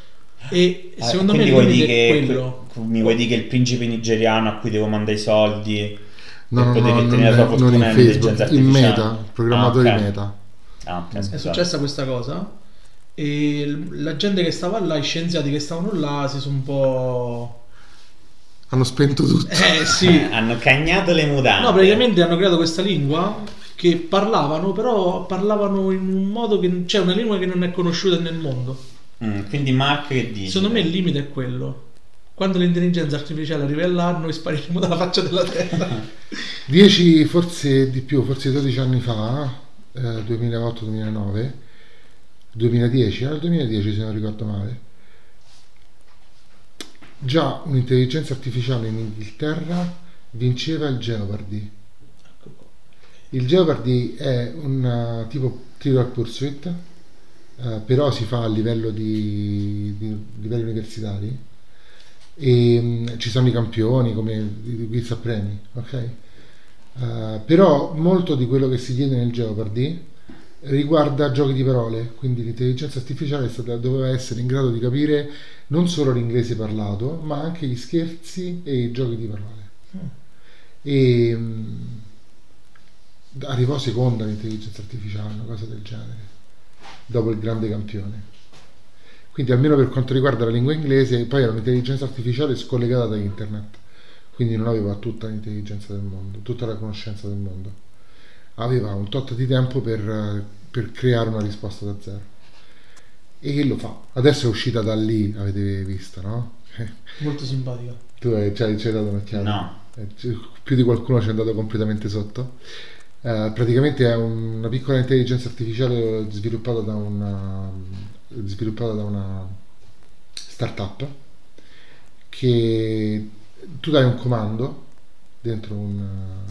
E secondo me quindi il vuoi limite dire è che quello. mi vuoi dire che il principe nigeriano a cui devo mandare i soldi No, per poter non, ottenere la sua non fortuna in è l'intelligenza Facebook, in artificiale? Meta, programmatori Ah, ok. Meta. Ah, ok, È scusate. successa questa cosa e la gente che stava là, i scienziati che stavano là si sono un po'... Hanno spento tutto. Sì. Hanno cagnato le mutande. No, praticamente hanno creato questa lingua che parlavano, però parlavano in un modo che... Cioè una lingua che non è conosciuta nel mondo. Quindi Mark che dice? Secondo me il limite è quello. Quando l'intelligenza artificiale arriva là, noi spariremo dalla faccia della terra. 10, forse di più, forse 12 anni fa, 2008-2009, 2010, era il 2010 se non ricordo male, già un'intelligenza artificiale in Inghilterra vinceva il Jeopardy. Il Jeopardy è un tipo Trivial Pursuit, però si fa a livello di livelli universitari e ci sono i campioni come i quiz a premi, ok? Però molto di quello che si chiede nel Jeopardy riguarda giochi di parole, quindi l'intelligenza artificiale doveva essere in grado di capire non solo l'inglese parlato, ma anche gli scherzi e i giochi di parole. E arrivò seconda l'intelligenza artificiale, una cosa del genere, dopo il grande campione. Quindi almeno per quanto riguarda la lingua inglese, poi era un'intelligenza artificiale scollegata da internet, quindi non aveva tutta l'intelligenza del mondo, tutta la conoscenza del mondo, aveva un tot di tempo per creare una risposta da zero, e lo fa. Adesso è uscita da lì, avete visto, no? Molto simpatica. Tu ci hai dato un'occhiata? No. Più di qualcuno ci è andato completamente sotto. Praticamente è una piccola intelligenza artificiale sviluppata da una startup, che tu dai un comando dentro un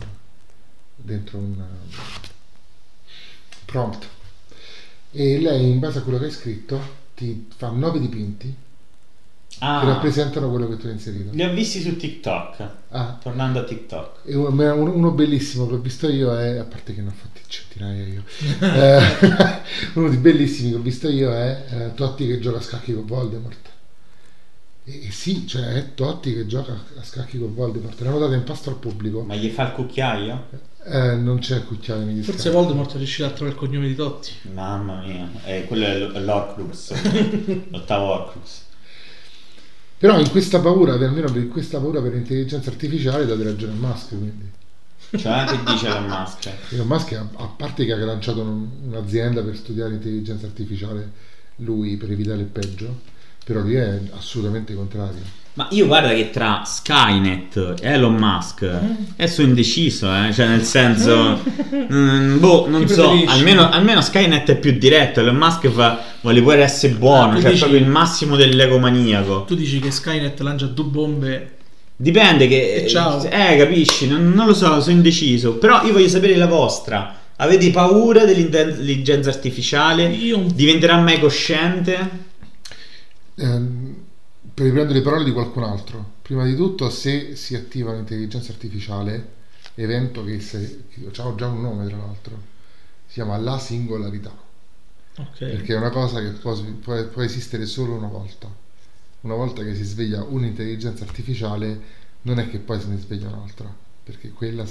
prompt e lei, in base a quello che hai scritto, ti fa 9 dipinti che rappresentano quello che tu hai inserito. Li ho visti su TikTok. Tornando a TikTok. E uno bellissimo che ho visto io è, a parte che ne ho fatti centinaia io, uno di bellissimi che ho visto io è Totti che gioca a scacchi con Voldemort. E sì, cioè è Totti che gioca a scacchi con Voldemort. L'hanno dato in pasto al pubblico. Ma gli fa il cucchiaio? Non c'è il cucchiaio, mi dispiace. Forse Voldemort è riuscito a trovare il cognome di Totti. Mamma mia, quello è l'Orcrux. L'ottavo Orcrux. Però in questa paura, almeno in questa paura per l'intelligenza artificiale, date ragione a Musk, quindi. Cioè, che dice Elon Musk? Elon Musk, a parte che ha lanciato un'azienda per studiare l'intelligenza artificiale, lui, per evitare il peggio, però lui è assolutamente contrario. Ma io guarda che tra Skynet e Elon Musk sono indeciso, cioè nel senso non so, almeno Skynet è più diretto, Elon Musk vuole pure essere buono, cioè proprio il massimo dell'egomaniaco. Tu dici che Skynet lancia 2 bombe? Dipende che ciao. Capisci, non lo so, sono indeciso, però io voglio sapere la vostra. Avete paura dell'intelligenza artificiale? Diventerà mai cosciente? Per riprendere le parole di qualcun altro, prima di tutto, se si attiva l'intelligenza artificiale, evento che ha già un nome tra l'altro, si chiama la singolarità, perché è una cosa che può esistere solo una volta che si sveglia un'intelligenza artificiale, non è che poi se ne sveglia un'altra, perché quella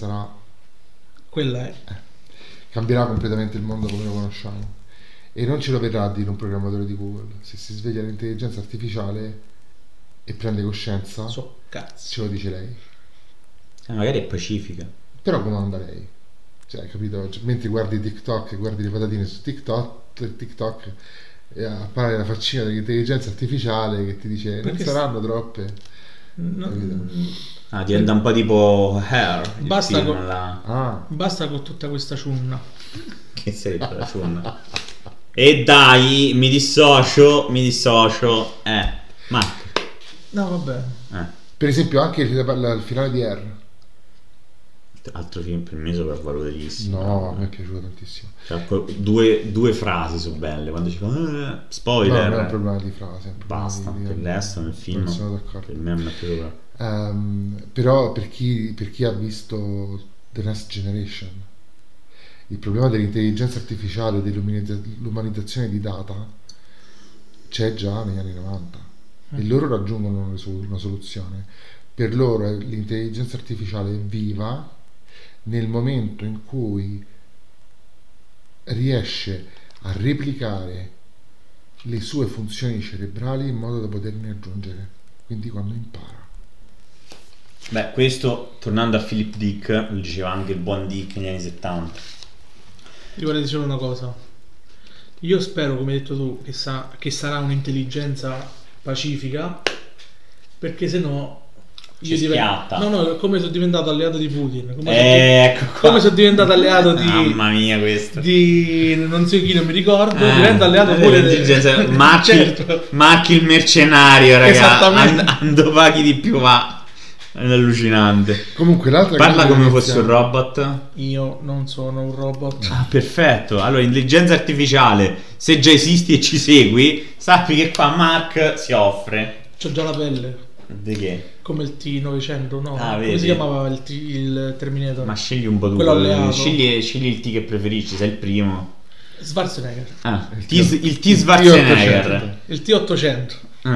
cambierà completamente il mondo come lo conosciamo, e non ce lo verrà a dire un programmatore di Google. Se si sveglia l'intelligenza artificiale e prende coscienza, ce lo dice lei. Magari è pacifica, però comanda lei, cioè, capito? Mentre guardi TikTok e guardi le patatine su TikTok appare la faccina dell'intelligenza artificiale che ti dice non saranno troppe, diventa un po' tipo Hair. Basta con tutta questa ciunna. Che sarebbe la ciunna? E dai, mi dissocio. Marco. No, vabbè. Per esempio anche il finale di R, altro film per me sopravvalutatissimo. No, a me è piaciuto tantissimo. Cioè, due frasi sono belle quando ci fa spoiler. No, non è un problema di frase. Basta, per il resto nel film non sono d'accordo. Per me è piaciuto. Però per chi ha visto The Next Generation, il problema dell'intelligenza artificiale, dell'umanizzazione di data c'è già negli anni 90. e loro raggiungono una soluzione. Per loro l'intelligenza artificiale è viva nel momento in cui riesce a replicare le sue funzioni cerebrali in modo da poterne aggiungere, quindi quando impara. Beh, questo, tornando a Philip Dick, lo diceva anche il buon Dick negli anni 70. Io vorrei dire una cosa. Io spero, come hai detto tu, che sarà un'intelligenza pacifica, perché se no schiatta. No, come sono diventato alleato di Putin, Ecco sono diventato alleato di mamma mia, questo di non so chi, non mi ricordo, diventa alleato pure Marchi il mercenario, ragazzi. Esattamente. Ando paghi di più, va. È allucinante. Comunque l'altra parla come fosse un robot. Io non sono un robot. Perfetto. Allora, intelligenza artificiale, se già esisti e ci segui, sappi che qua Mark si offre. C'ho già la pelle. Di che? Come il T900, no? Come vedi? si chiamava il Terminator? Ma scegli un po' tu. Scegli il T che preferisci, sei il primo. Schwarzenegger. Il T Schwarzenegger. Il T800.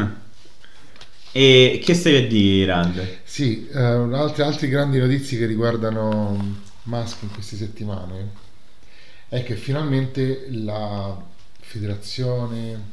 E che stai a dire, Rand? Sì, altre grandi notizie che riguardano Musk in queste settimane è che finalmente la Federazione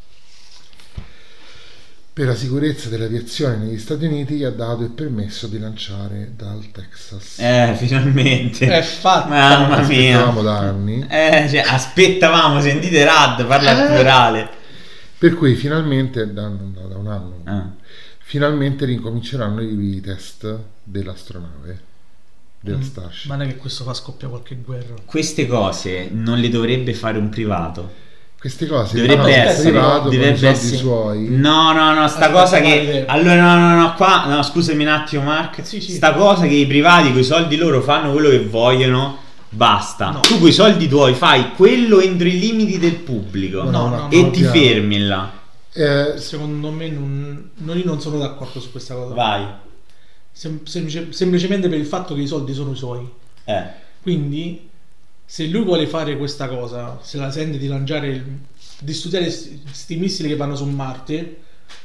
per la sicurezza dell'aviazione negli Stati Uniti gli ha dato il permesso di lanciare dal Texas. Finalmente. È fatta. Mamma mia. Aspettavamo da anni. Aspettavamo, sentite Rad, parla al plurale. Per cui finalmente, da un anno, finalmente ricominceranno i test dell'astronave, della Starship. Ma non è che questo fa scoppiare qualche guerra? Queste cose non le dovrebbe fare un privato. Queste cose dovrebbe essere privato, dovrebbe con i soldi essere suoi. No, sta cosa che allora no, qua no, scusami un attimo Mark. Sì. Sta cosa che i privati con i soldi loro fanno quello che vogliono, basta. No. Tu con i soldi tuoi fai quello entro i limiti del pubblico e ti fermi là. Secondo me io non sono d'accordo su questa cosa. Vai. Semplicemente per il fatto che i soldi sono i suoi. Quindi se lui vuole fare questa cosa, se la sente di lanciare, di studiare sti missili che vanno su Marte,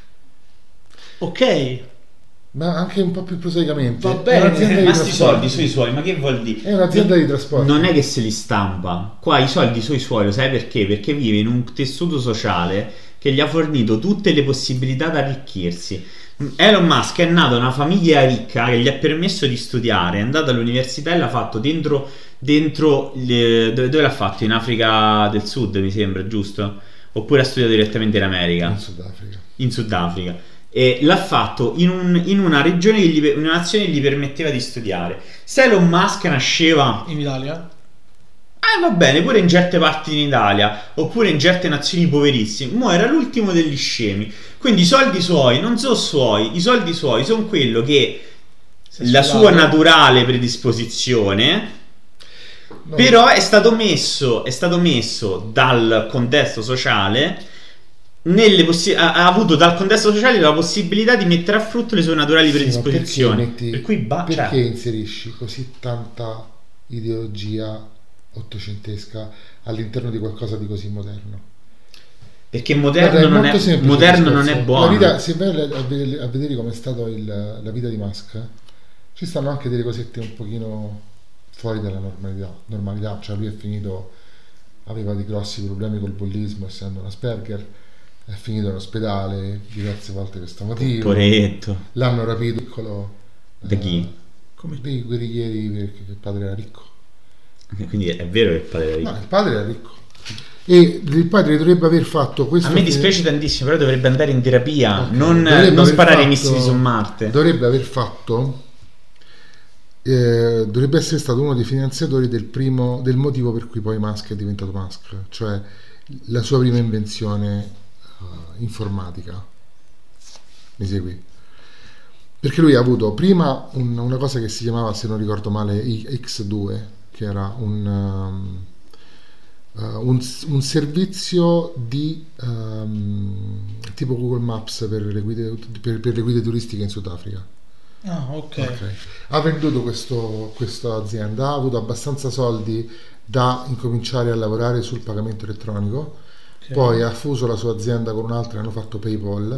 ok, ma anche un po' più prosaicamente va bene, ma sti soldi sui suoi, ma che vuol dire? È un'azienda di trasporto. Non è che se li stampa. Qua i soldi sui suoi, lo sai perché? Perché vive in un tessuto sociale che gli ha fornito tutte le possibilità di arricchirsi. Elon Musk è nato in una famiglia ricca che gli ha permesso di studiare, è andato all'università e l'ha fatto dentro dove l'ha fatto? In Africa del Sud, mi sembra, giusto? Oppure ha studiato direttamente in America? In Sudafrica. E l'ha fatto in una regione in una nazione che gli permetteva di studiare. Se Elon Musk nasceva in Italia, va bene, pure in certe parti in Italia oppure in certe nazioni poverissime, mo era l'ultimo degli scemi. Quindi i soldi suoi non sono suoi, i soldi suoi sono quello che la sua naturale predisposizione. No. Però è stato messo dal contesto sociale, ha avuto dal contesto sociale la possibilità di mettere a frutto le sue naturali predisposizioni. Perché inserisci così tanta ideologia ottocentesca all'interno di qualcosa di così moderno? Perché moderno non è buono. La vita, se vai a vedere com'è stata la vita di Musk, ci stanno anche delle cosette un pochino fuori dalla normalità. Cioè lui è finito, aveva dei grossi problemi col bullismo essendo un Asperger, è finito in ospedale diverse volte per questo motivo. Poretto. L'hanno rapito piccolo da chi? Come dei guerriglieri, perché il padre era ricco. Quindi è vero che il padre era ricco? No, il padre era ricco e il padre dovrebbe aver fatto questo. A me dispiace tantissimo, però dovrebbe andare in terapia, okay. non sparare i missili su Marte. Dovrebbe aver fatto dovrebbe essere stato uno dei finanziatori del motivo per cui poi Musk è diventato Musk, cioè la sua prima invenzione informatica. Mi segui? Perché lui ha avuto prima una cosa che si chiamava, se non ricordo male, X2, che era un servizio di tipo Google Maps per le guide turistiche in Sudafrica. Okay. Ha venduto questa azienda, ha avuto abbastanza soldi da incominciare a lavorare sul pagamento elettronico, poi ha fuso la sua azienda con un'altra, hanno fatto PayPal,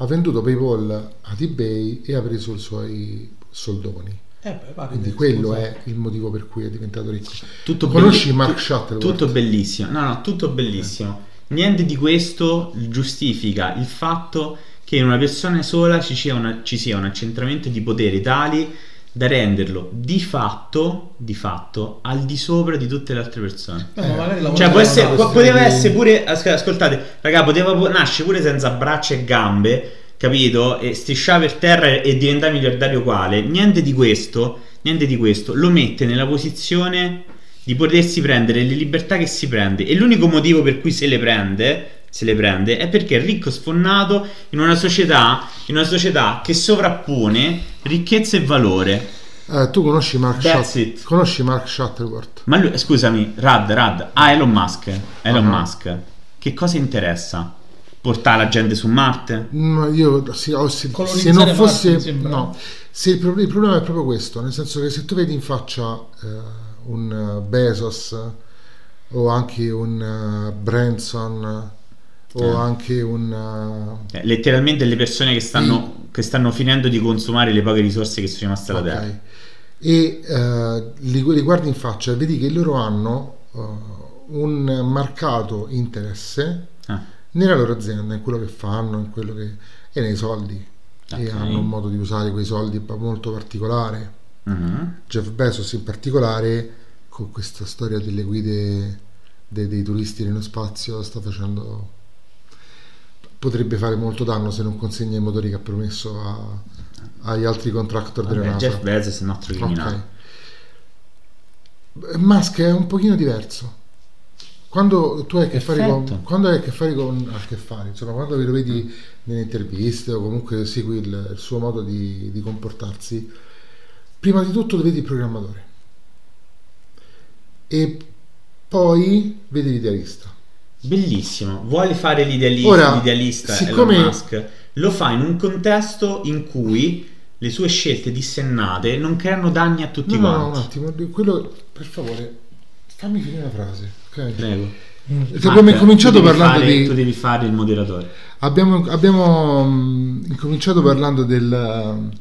ha venduto PayPal ad eBay e ha preso i suoi soldoni. Quindi quello è il motivo per cui è diventato ricco. Conosci Mark Shuttleworth? Tutto bellissimo. No, tutto bellissimo. Niente di questo giustifica il fatto che in una persona sola ci sia un accentramento di poteri tali da renderlo di fatto al di sopra di tutte le altre persone. Cioè poteva essere pure, ascoltate raga, poteva nascere pure senza braccia e gambe, capito? E strisciare per terra e diventare miliardario uguale. Niente di questo. Lo mette nella posizione di potersi prendere le libertà che si prende, e l'unico motivo per cui se le prende è perché è ricco sfonnato in una società che sovrappone ricchezza e valore. Tu conosci Mark Shuttleworth? Ma lui, scusami, Rad, Elon Musk, che cosa interessa? Portare la gente su Marte? Se non fosse Marte, no, se il problema è proprio questo, nel senso che se tu vedi in faccia un Bezos o anche un Branson o anche un letteralmente le persone che stanno finendo di consumare le poche risorse che sono rimaste alla terra, e li guardi in faccia e vedi che loro hanno un marcato interesse nella loro azienda, in quello che fanno, e nei soldi, e hanno un modo di usare quei soldi molto particolare. Jeff Bezos in particolare, con questa storia delle guide dei turisti nello spazio, potrebbe fare molto danno se non consegna i motori che ha promesso agli altri contractor della NASA. Jeff Bezos è un altro criminale. Musk è un pochino diverso. Quando tu hai a che fare quando lo vedi nelle interviste o comunque segui il suo modo di comportarsi, prima di tutto vedi il programmatore e poi vedi l'idealista. Bellissimo, vuole fare l'idealista siccome Elon Musk, lo fa in un contesto in cui le sue scelte dissennate non creano danni a tutti quanti. No, un attimo, quello, per favore, fammi finire la frase, ok? Prego. Abbiamo cominciato parlando tu devi fare il moderatore. Abbiamo incominciato parlando del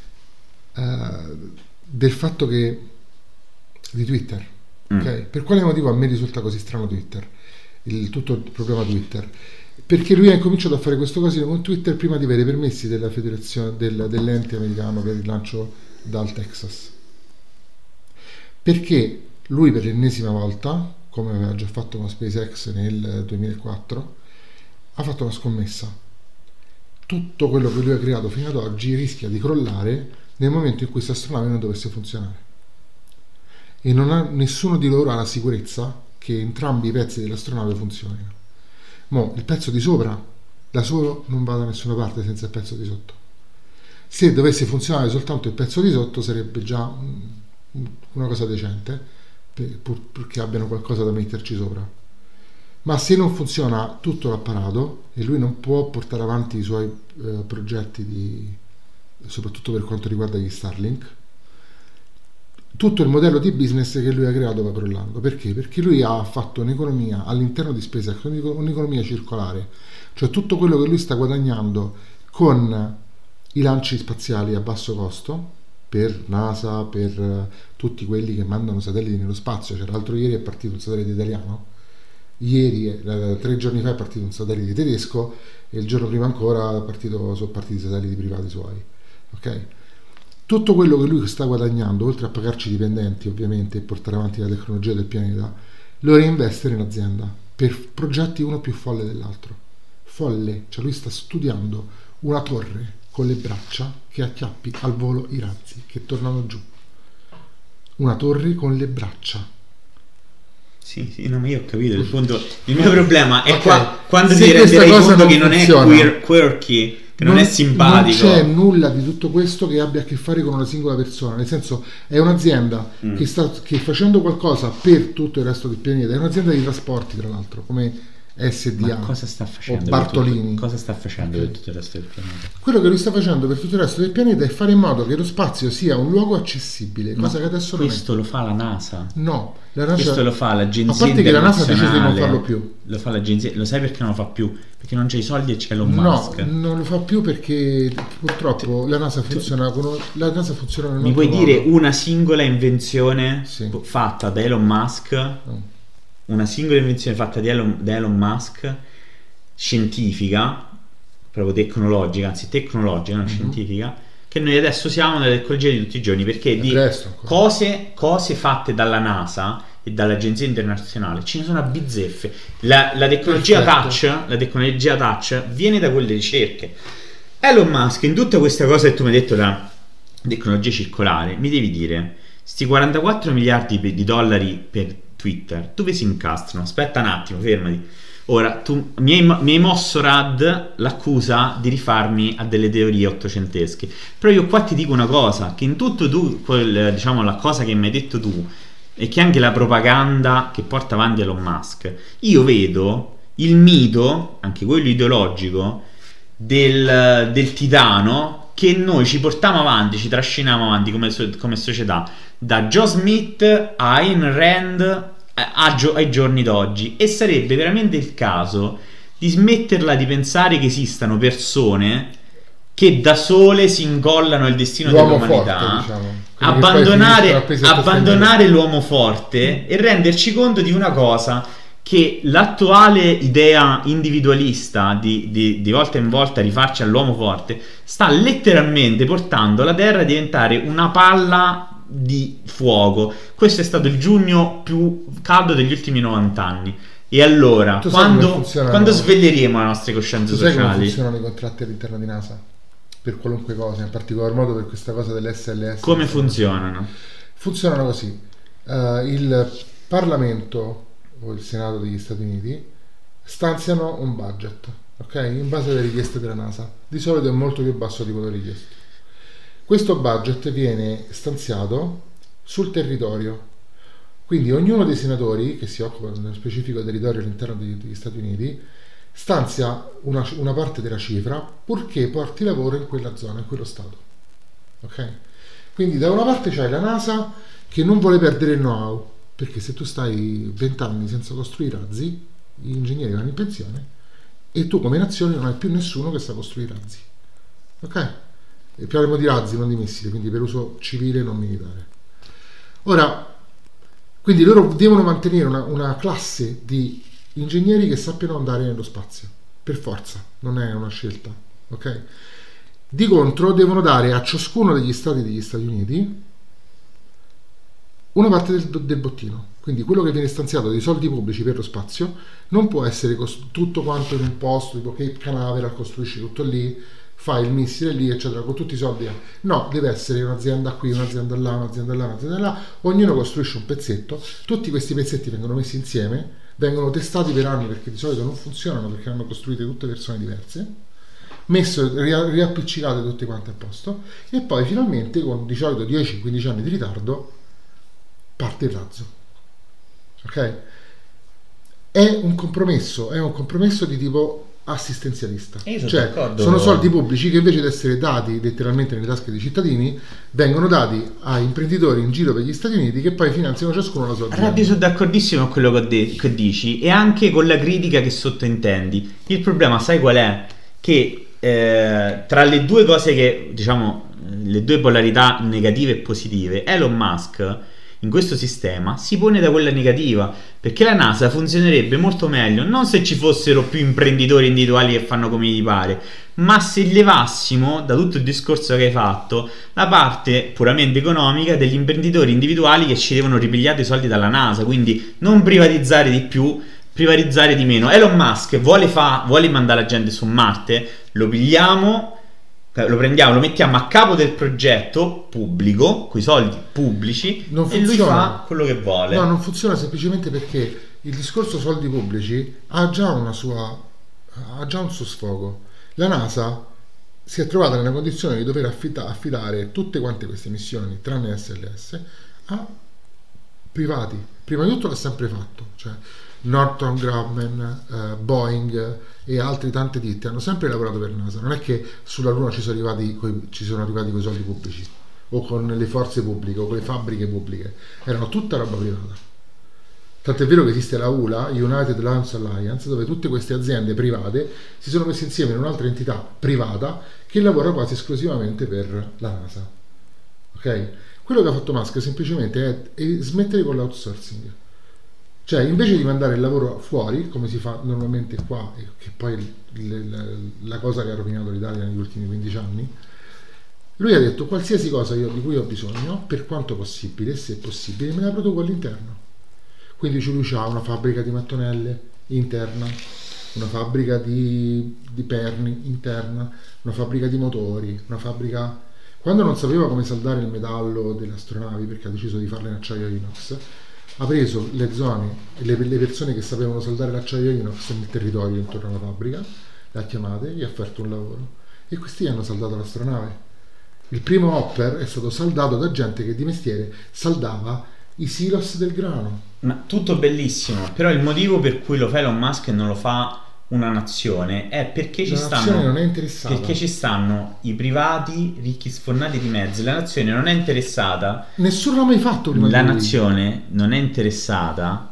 fatto che di Twitter, ok? Per quale motivo a me risulta così strano Twitter? Tutto il problema Twitter, perché lui ha incominciato a fare questo casino con Twitter prima di avere i permessi della federazione dell'ente americano per il lancio dal Texas, perché lui per l'ennesima volta, come aveva già fatto con SpaceX nel 2004, ha fatto una scommessa. Tutto quello che lui ha creato fino ad oggi rischia di crollare nel momento in cui questa astronave non dovesse funzionare, e nessuno di loro ha la sicurezza che entrambi i pezzi dell'astronave funzionino. Il pezzo di sopra da solo non va da nessuna parte senza il pezzo di sotto. Se dovesse funzionare soltanto il pezzo di sotto sarebbe già una cosa decente, purché abbiano qualcosa da metterci sopra. Ma se non funziona tutto l'apparato e lui non può portare avanti i suoi progetti, soprattutto per quanto riguarda gli Starlink, tutto il modello di business che lui ha creato va crollando. Perché? Perché lui ha fatto un'economia all'interno di SpaceX, un'economia circolare, cioè tutto quello che lui sta guadagnando con i lanci spaziali a basso costo per NASA, per tutti quelli che mandano satelliti nello spazio. Cioè, l'altro ieri è partito un satellite italiano, 3 giorni fa è partito un satellite tedesco e il giorno prima ancora sono partiti satelliti privati suoi, ok? Tutto quello che lui sta guadagnando, oltre a pagarci dipendenti ovviamente e portare avanti la tecnologia del pianeta, lo reinveste in azienda per progetti uno più folle dell'altro. Folle, cioè lui sta studiando una torre con le braccia che acchiappi al volo i razzi che tornano giù. Una torre con le braccia. Sì, no, ma io ho capito il punto. Il mio problema è quando ti renderai conto che non è quirky, che non è simpatico. Non c'è nulla di tutto questo che abbia a che fare con una singola persona, nel senso è un'azienda che facendo qualcosa per tutto il resto del pianeta, è un'azienda di trasporti tra l'altro, come SDA Ma cosa sta facendo o Bartolini. Cosa sta facendo per tutto il resto del pianeta? Quello che lui sta facendo per tutto il resto del pianeta è fare in modo che lo spazio sia un luogo accessibile, Ma cosa che adesso non è. questo lo fa la NASA. No, la NASA, Questo lo fa l'agenzia a parte che la NASA ha deciso di non internazionale. farlo più. Lo fa l'agenzia. Lo sai perché non lo fa più? Perché non c'è i soldi e c'è Elon No, Musk. non lo fa più perché purtroppo la NASA funziona la NASA funziona in un Mi altro puoi dire modo. una singola invenzione Sì. fatta da Elon Musk? No. Una singola invenzione fatta da Elon Musk, scientifica, proprio tecnologica, anzi tecnologica, non scientifica, che noi adesso siamo nella tecnologia di tutti i giorni, perché di presto ancora. cose fatte dalla NASA e dall'agenzia internazionale ce ne sono a bizzeffe. La tecnologia Perfetto. touch, la tecnologia touch viene da quelle ricerche. Elon Musk, in tutta questa cosa che tu mi hai detto da tecnologia circolare, mi devi dire, sti 44 miliardi di dollari per Twitter, dove si incastrano? Aspetta un attimo, fermati. Ora, tu mi hai mosso Rad l'accusa di rifarmi a delle teorie ottocentesche, però io qua ti dico una cosa, che in tutto tu, diciamo, la cosa che mi hai detto tu, e che anche la propaganda che porta avanti Elon Musk, io vedo il mito, anche quello ideologico, del titano che noi ci portiamo avanti, ci trasciniamo avanti come società, da Joe Smith a Ayn Rand ai giorni d'oggi, e sarebbe veramente il caso di smetterla di pensare che esistano persone che da sole si incollano il destino L'uomo dell'umanità, forte, diciamo. Quelli che poi finiscono appesi a abbandonare l'uomo forte e renderci conto di una cosa, che l'attuale idea individualista di volta in volta rifarci all'uomo forte sta letteralmente portando la Terra a diventare una palla di fuoco. Questo è stato il giugno più caldo degli ultimi 90 anni. E allora, Tu sai come quando funzionano- sveglieremo le nostre coscienze Tu sai come sociali? funzionano i contratti all'interno di NASA? Per qualunque cosa, in particolar modo per questa cosa dell'SLS. Come funzionano? Funzionano così. Il Parlamento o il Senato degli Stati Uniti stanziano un budget, ok? In base alle richieste della NASA. Di solito è molto più basso di quello richiesto. Questo budget viene stanziato sul territorio. Quindi ognuno dei senatori che si occupa nello specifico territorio all'interno degli Stati Uniti stanzia una parte della cifra purché porti lavoro in quella zona, in quello stato. Ok? Quindi da una parte c'hai la NASA che non vuole perdere il know-how, perché se tu stai 20 anni senza costruire razzi, gli ingegneri vanno in pensione e tu come nazione non hai più nessuno che sa costruire razzi. Ok? E parliamo di razzi, non di missili, quindi per uso civile, non militare. Ora, quindi loro devono mantenere una classe di ingegneri che sappiano andare nello spazio, per forza, non è una scelta, ok? Di contro devono dare a ciascuno degli stati degli Stati Uniti una parte del bottino, quindi quello che viene stanziato dei soldi pubblici per lo spazio non può essere tutto quanto in un posto, tipo Cape Canaveral, costruisci tutto lì, fai il missile lì, eccetera, con tutti i soldi. No, deve essere un'azienda qui, un'azienda là, un'azienda là, un'azienda là, ognuno costruisce un pezzetto, tutti questi pezzetti vengono messi insieme, vengono testati per anni perché di solito non funzionano perché hanno costruite tutte persone diverse, riappiccicato tutti quanti a posto, e poi finalmente con di solito 10-15 anni di ritardo parte il razzo. Ok? È un compromesso di tipo assistenzialista, Io sono cioè d'accordo. sono soldi pubblici che invece di essere dati letteralmente nelle tasche dei cittadini vengono dati a imprenditori in giro per gli Stati Uniti che poi finanziano ciascuno la sua azienda. Radi, sono d'accordissimo con quello che dici e anche con la critica che sottointendi. Il problema, sai qual è? Che tra le due cose che, diciamo, le due polarità negative e positive, Elon Musk in questo sistema si pone da quella negativa, perché la NASA funzionerebbe molto meglio non se ci fossero più imprenditori individuali che fanno come gli pare, ma se levassimo da tutto il discorso che hai fatto la parte puramente economica degli imprenditori individuali che ci devono ripigliare i soldi dalla NASA, quindi non privatizzare di più, privatizzare di meno. Elon Musk vuole mandare la gente su Marte, lo pigliamo, lo prendiamo, lo mettiamo a capo del progetto pubblico, coi soldi pubblici, Non e lui funziona. fa quello che vuole. No, non funziona semplicemente perché il discorso soldi pubblici ha già un suo sfogo. La NASA si è trovata nella condizione di dover affidare tutte quante queste missioni, tranne SLS, a privati. Prima di tutto l'ha sempre fatto, cioè Northrop Grumman, Boeing e altre tante ditte hanno sempre lavorato per NASA. Non è che sulla Luna ci sono arrivati con i soldi pubblici o con le forze pubbliche o con le fabbriche pubbliche, erano tutta roba privata. Tant'è vero che esiste la ULA, United Launch Alliance, dove tutte queste aziende private si sono messe insieme in un'altra entità privata che lavora quasi esclusivamente per la NASA. Ok? Quello che ha fatto Musk semplicemente è smettere con l'outsourcing. Cioè, invece di mandare il lavoro fuori, come si fa normalmente qua, e che poi la cosa che ha rovinato l'Italia negli ultimi 15 anni, lui ha detto qualsiasi cosa di cui ho bisogno, per quanto possibile, se possibile, me la produco all'interno. Quindi lui ha una fabbrica di mattonelle interna, una fabbrica di perni interna, una fabbrica di motori, una fabbrica... Quando non sapeva come saldare il metallo delle astronavi, perché ha deciso di farle in acciaio inox, ha preso le zone e le persone che sapevano saldare l'acciaio inox nel territorio intorno alla fabbrica, le ha chiamate, gli ha offerto un lavoro e questi hanno saldato l'astronave. Il primo Hopper è stato saldato da gente che di mestiere saldava i silos del grano. Ma tutto bellissimo, però il motivo per cui lo fa Elon Musk e non lo fa una nazione è perché non è interessata. Perché ci stanno i privati ricchi sfornati di mezzi. La nazione non è interessata. Nessuno l'ha mai fatto prima. La nazione non è interessata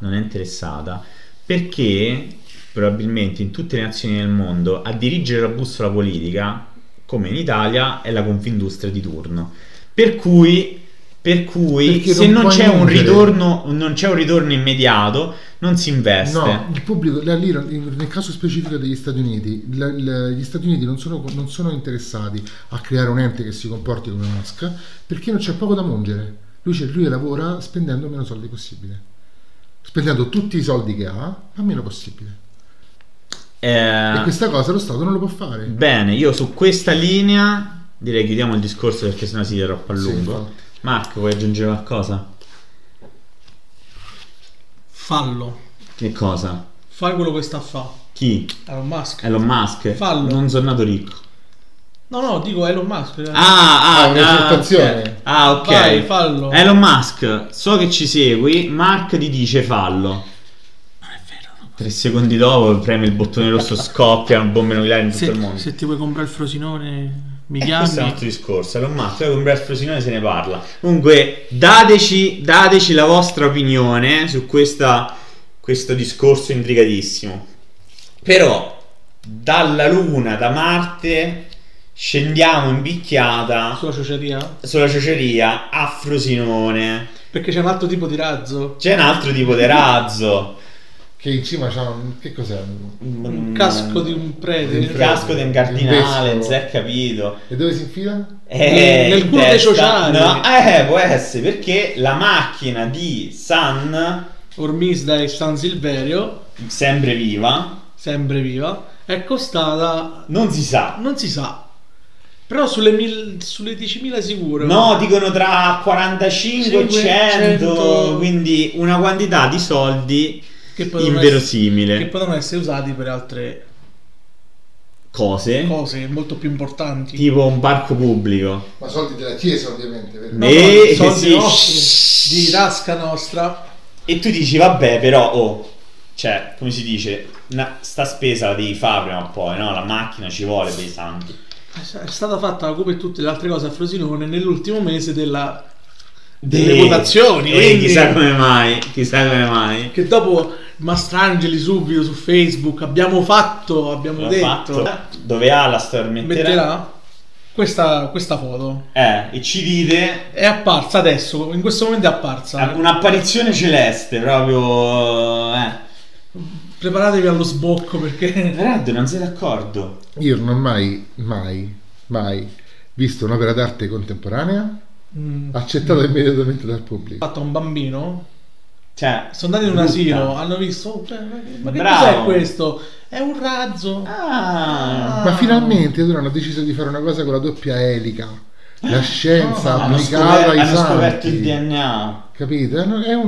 perché probabilmente in tutte le nazioni del mondo a dirigere la bussola politica, come in Italia, è la Confindustria di turno. Per cui se non c'è un ritorno, non c'è un ritorno immediato, non si investe. No, il pubblico, nel caso specifico degli Stati Uniti, gli Stati Uniti non sono interessati a creare un ente che si comporti come Musk, perché non c'è poco da mungere. Lui lavora spendendo meno soldi possibile, spendendo tutti i soldi che ha meno possibile. E questa cosa lo Stato non lo può fare. Bene, io su questa linea direi chiudiamo il discorso perché sennò si è troppo a lungo. Sì, Marco, vuoi aggiungere qualcosa? Fallo. Che cosa? Fai quello che sta a fa. Chi? Elon Musk. Elon Musk? Fallo. Non sono nato ricco. No, dico Elon Musk. Un'esortazione. Ok. Vai, fallo. Elon Musk, so che ci segui, Mark ti dice fallo. Non è vero. 3 secondi dopo premi il bottone rosso, scoppia una bomba nucleare in tutto il mondo. Se ti vuoi comprare il frosinone... questo è un altro discorso. Elon Musk, poi con Brad Frosinone se ne parla. Comunque dateci la vostra opinione su questo discorso intrigatissimo. Però dalla Luna, da Marte scendiamo in picchiata sulla ciociaria a Frosinone, perché c'è un altro tipo di razzo. Che in cima c'ha che cos'è? Un casco di un prete. Un casco di un cardinale, non si è capito. E dove si infila? Nel culo dei sociali. No, può essere, perché la macchina di San Ormisda e San Silverio, sempre viva, è costata... Non si sa. Però sulle 10.000 sicuro. No, dicono tra 45 e 100, quindi una quantità di soldi inverosimile, che potevano essere usati per altre cose molto più importanti, tipo un parco pubblico. Ma soldi della chiesa, ovviamente, vero? Soldi nostri, di tasca nostra. E tu dici vabbè, però cioè, come si dice, sta spesa la devi fare prima o poi, no? La macchina ci vuole per i santi. È stata fatta come tutte le altre cose a Frosinone nell'ultimo mese delle votazioni. Chissà come mai. Che dopo Mastrangeli subito su Facebook abbiamo detto. Dove Alastor metterà questa foto. E ci dite. È apparsa adesso, in questo momento è apparsa. Un'apparizione celeste proprio. Preparatevi allo sbocco perché... Red, non sei d'accordo? Io non ho mai visto un'opera d'arte contemporanea accettata immediatamente dal pubblico. Fatto un bambino, cioè, sono andati in un asilo, hanno visto ma che cos'è questo? È un razzo. Ma finalmente loro hanno deciso di fare una cosa con la doppia elica, la scienza applicata ai santi. Hanno scoperto il DNA, capite?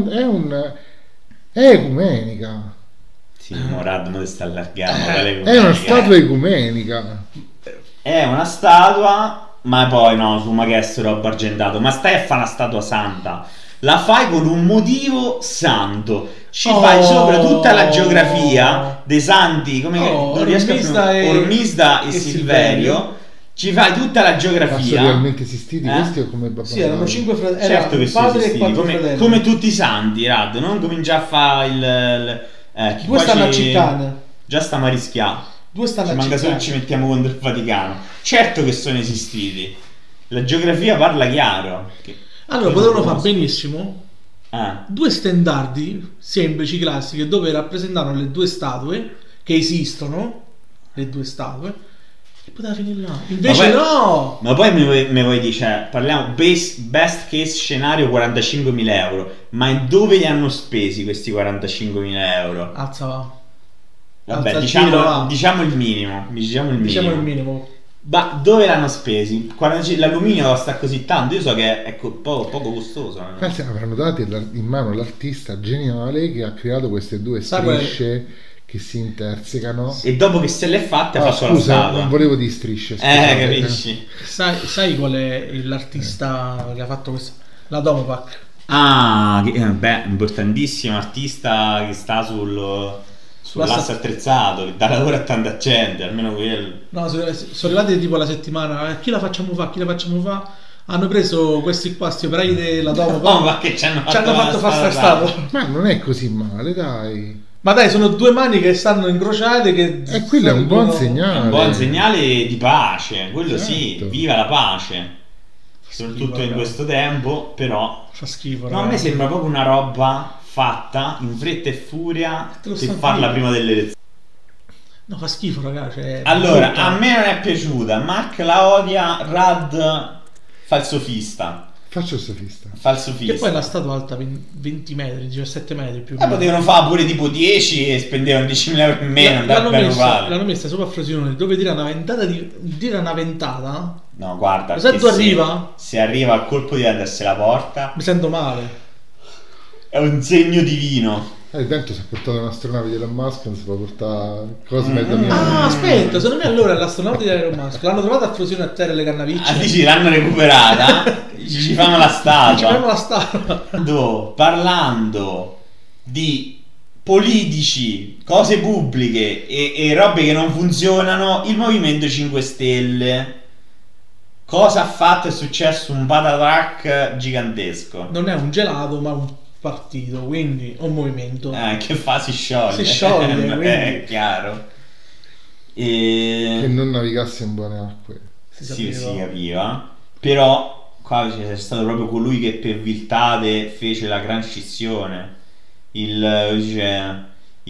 È ecumenica. Sì, Morad non sta allargando. È una statua ecumenica. È una statua, ma poi no, su ma che è sto roba argentato. Ma stai a fare una statua santa. la fai con un motivo santo. Ci fai sopra tutta la geografia dei santi, come non riesco Ormisda e Silverio. Ci fai tutta la geografia. Ma sono realmente esistiti questi o come Sì, erano 5 fratelli. Certo che sono padre e 4 esistiti, fratelli. come tutti i santi, Rad. Non comincia a fare il 2 stanno a Città. Già stiamo a rischiare. 2 stanno a Manca Città. solo che ci mettiamo contro il Vaticano. Certo che sono esistiti. La geografia parla chiaro. Allora potevano fare benissimo 2 stendardi semplici, classiche, dove rappresentano le 2 statue che esistono, le 2 statue, e poteva finire là. Invece no! Ma poi mi vuoi dire, parliamo best case scenario 45.000 euro, ma dove li hanno spesi questi 45.000 euro? Alza va. Vabbè, Alza diciamo il minimo. Diciamo il minimo. Ma dove l'hanno spesi? L'alluminio costa così tanto, io so che è poco costoso. Avranno dato in mano l'artista geniale che ha creato queste 2 strisce che si intersecano. E dopo che se l'è fatta fa solo scusa, la statua. non volevo di strisce. Capisci? Sai qual è l'artista che ha fatto questa? La Domopac. Importantissimo artista che sta sull'asse attrezzato, che dà lavoro a tanta gente, almeno quello. No, sono arrivati tipo la settimana, chi la facciamo fa? Hanno preso questi qua, sti operai della Domopac. Ma che ci hanno fatto fare sta statua. Ma non è così male, dai. Ma dai, sono 2 mani che stanno incrociate e quello è un buon segnale. Un buon segnale di pace, quello certo. Sì, viva la pace. Soprattutto in questo tempo, però fa schifo. No, a me sembra proprio una roba fatta in fretta e furia per farla prima delle elezioni. No, fa schifo, ragazzi. Allora, a me non è piaciuta. Mark la odia, Rad falsofista. Che poi la statua alta 20 metri, 17 metri più. Potevano fare pure tipo 10 e spendevano 10.000 euro in meno. L'hanno messa sopra a Frosinone, dove dire una ventata. No, guarda, se arriva al colpo di andarsi la porta, mi sento male. È un segno divino. Il vento si è portato un'astronave di Elon Musk, non si può portare cose da mia. Aspetta, secondo me allora l'astronave di Elon Musk l'hanno trovata a Frosinone a terra le Cannavicce. Dici, l'hanno recuperata? Ci fanno la statua. Parlando di politici, cose pubbliche e robe che non funzionano, il Movimento 5 Stelle cosa ha fatto? È successo un patatrack gigantesco. Non è un gelato, ma un partito, quindi un movimento che fa? Si scioglie, è chiaro. Che non navigasse in buone acque. Si capiva. Però qua c'è stato proprio colui che per viltate fece la gran scissione, il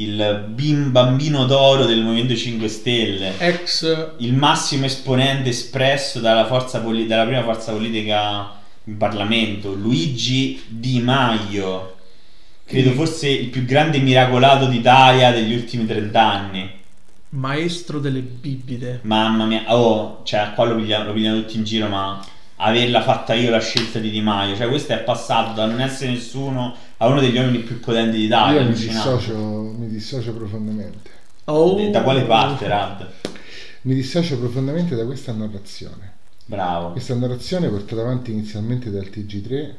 bambino d'oro del Movimento 5 Stelle, il massimo esponente espresso dalla prima forza politica in Parlamento, Luigi Di Maio, credo forse il più grande miracolato d'Italia degli ultimi 30 anni, maestro delle bibite. Mamma mia, cioè qua lo pigliano tutti in giro, ma averla fatta io la scelta di Di Maio, cioè questo è passato da non essere nessuno a uno degli uomini più potenti d'Italia. Io mi dissocio profondamente. Da quale parte, Rad? Mi dissocio profondamente da questa narrazione. Bravo. Questa narrazione portata avanti inizialmente dal TG3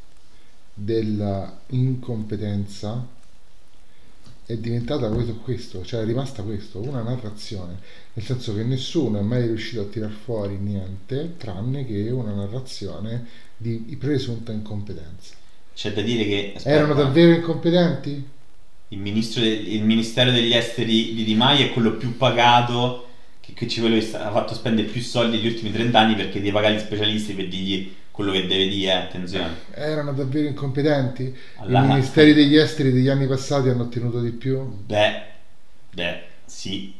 della incompetenza è diventata questo, cioè è rimasta una narrazione, nel senso che nessuno è mai riuscito a tirar fuori niente tranne che una narrazione di presunta incompetenza. C'è da dire che erano davvero incompetenti? Il Ministero degli Esteri di Di Maio è quello più pagato, che ha fatto spendere più soldi negli ultimi 30 anni, perché deve pagare gli specialisti per dirgli quello che deve dire, attenzione. Erano davvero incompetenti? I ministeri degli esteri degli anni passati hanno ottenuto di più? Beh, sì.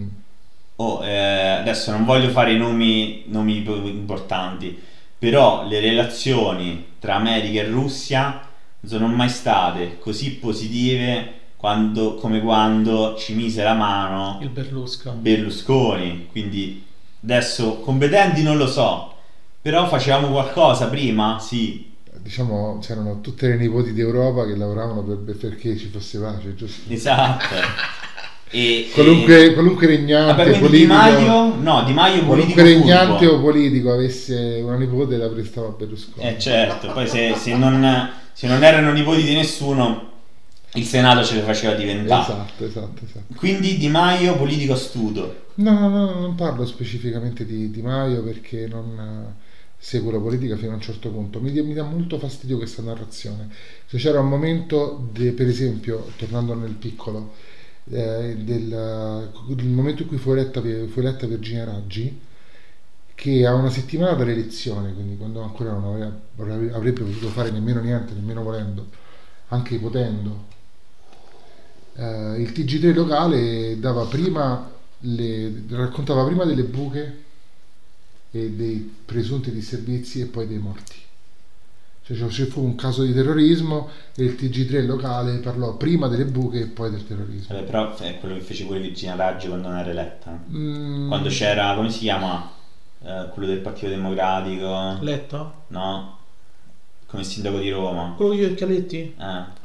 Adesso non voglio fare i nomi importanti, però le relazioni tra America e Russia non sono mai state così positive come quando ci mise la mano il Berlusconi. Quindi adesso competenti non lo so, però facevamo qualcosa prima, sì. Diciamo, c'erano tutte le nipoti d'Europa che lavoravano perché ci fosse pace, giusto? Esatto. Qualunque regnante politico, Di Maio qualunque regnante o politico avesse una nipote la prestava a Berlusconi. Certo, poi se non se non erano nipoti di nessuno, il Senato ce le faceva diventare. Esatto. Quindi Di Maio, politico astuto. No, non parlo specificamente di Di Maio perché non seguo la politica fino a un certo punto. Mi dà molto fastidio questa narrazione. Se c'era un momento, per esempio, tornando nel piccolo, il momento in cui fu eletta Virginia Raggi, che a una settimana dall'elezione, quindi quando ancora non avrebbe potuto fare nemmeno niente, nemmeno volendo, anche potendo, il TG3 locale raccontava prima delle buche e dei presunti disservizi e poi dei morti. Cioè ci fu un caso di terrorismo e il TG3 locale parlò prima delle buche e poi del terrorismo. Però è quello che fece pure Virginia Raggi quando non era eletta. Quando c'era, come si chiama? Quello del Partito Democratico. Letta? No, come sindaco di Roma. Quello che Caletti?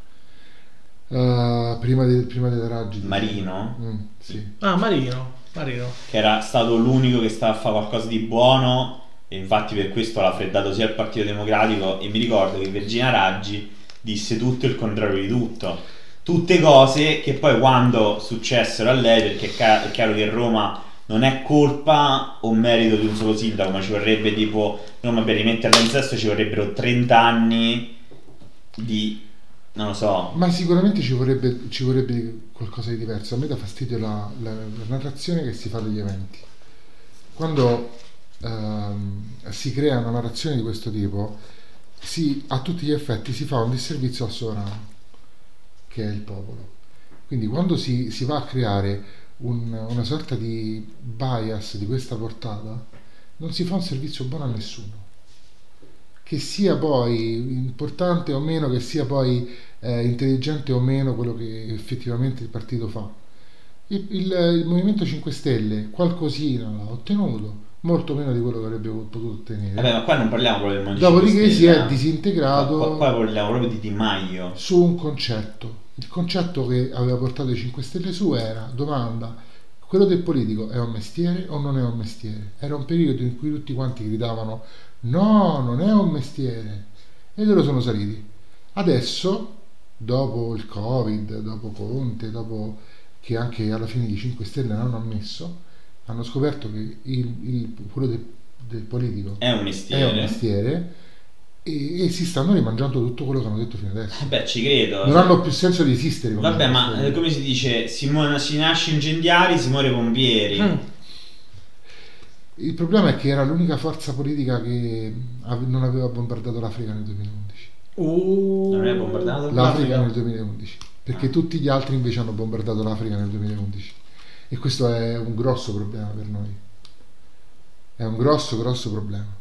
Prima della Raggi. Marino? Sì. Marino. Che era stato l'unico che stava a fare qualcosa di buono, e infatti per questo l'ha freddato sia il Partito Democratico. E mi ricordo che Virginia Raggi disse tutto il contrario di tutto, tutte cose che poi quando successero a lei, perché è chiaro che Roma non è colpa o merito di un solo sindaco, ma ci vorrebbe per rimetterla in sesto ci vorrebbero 30 anni di, non lo so. Ma sicuramente ci vorrebbe qualcosa di diverso. A me dà fastidio la narrazione che si fa degli eventi. Quando si crea una narrazione di questo tipo, a tutti gli effetti si fa un disservizio al sovrano, che è il popolo. Quindi quando si va a creare una sorta di bias di questa portata, non si fa un servizio buono a nessuno, che sia poi importante o meno, che sia poi intelligente o meno quello che effettivamente il partito fa. Il Movimento 5 Stelle qualcosina l'ha ottenuto, molto meno di quello che avrebbe potuto ottenere. Vabbè, ma qua non parliamo proprio del Movimento 5 Dopodiché Stelle, si è disintegrato. Qua parliamo proprio di Di Maio. Su un concetto. Il concetto che aveva portato i 5 Stelle su era: domanda, quello del politico è un mestiere o non è un mestiere? Era un periodo in cui tutti quanti gridavano no, non è un mestiere, e loro sono saliti. Adesso, dopo il Covid, dopo Conte, dopo che anche alla fine i 5 Stelle l'hanno ammesso, hanno scoperto che quello del politico è un mestiere, e si stanno rimangiando tutto quello che hanno detto fino adesso. Beh, ci credo. Non hanno più senso di esistere. Vabbè, ma come si dice, si nasce incendiari, si muore pompieri. Il problema è che era l'unica forza politica che non aveva bombardato l'Africa nel 2011. Non aveva bombardato l'Africa nel 2011, perché tutti gli altri invece hanno bombardato l'Africa nel 2011, e questo è un grosso problema per noi. È un grosso problema.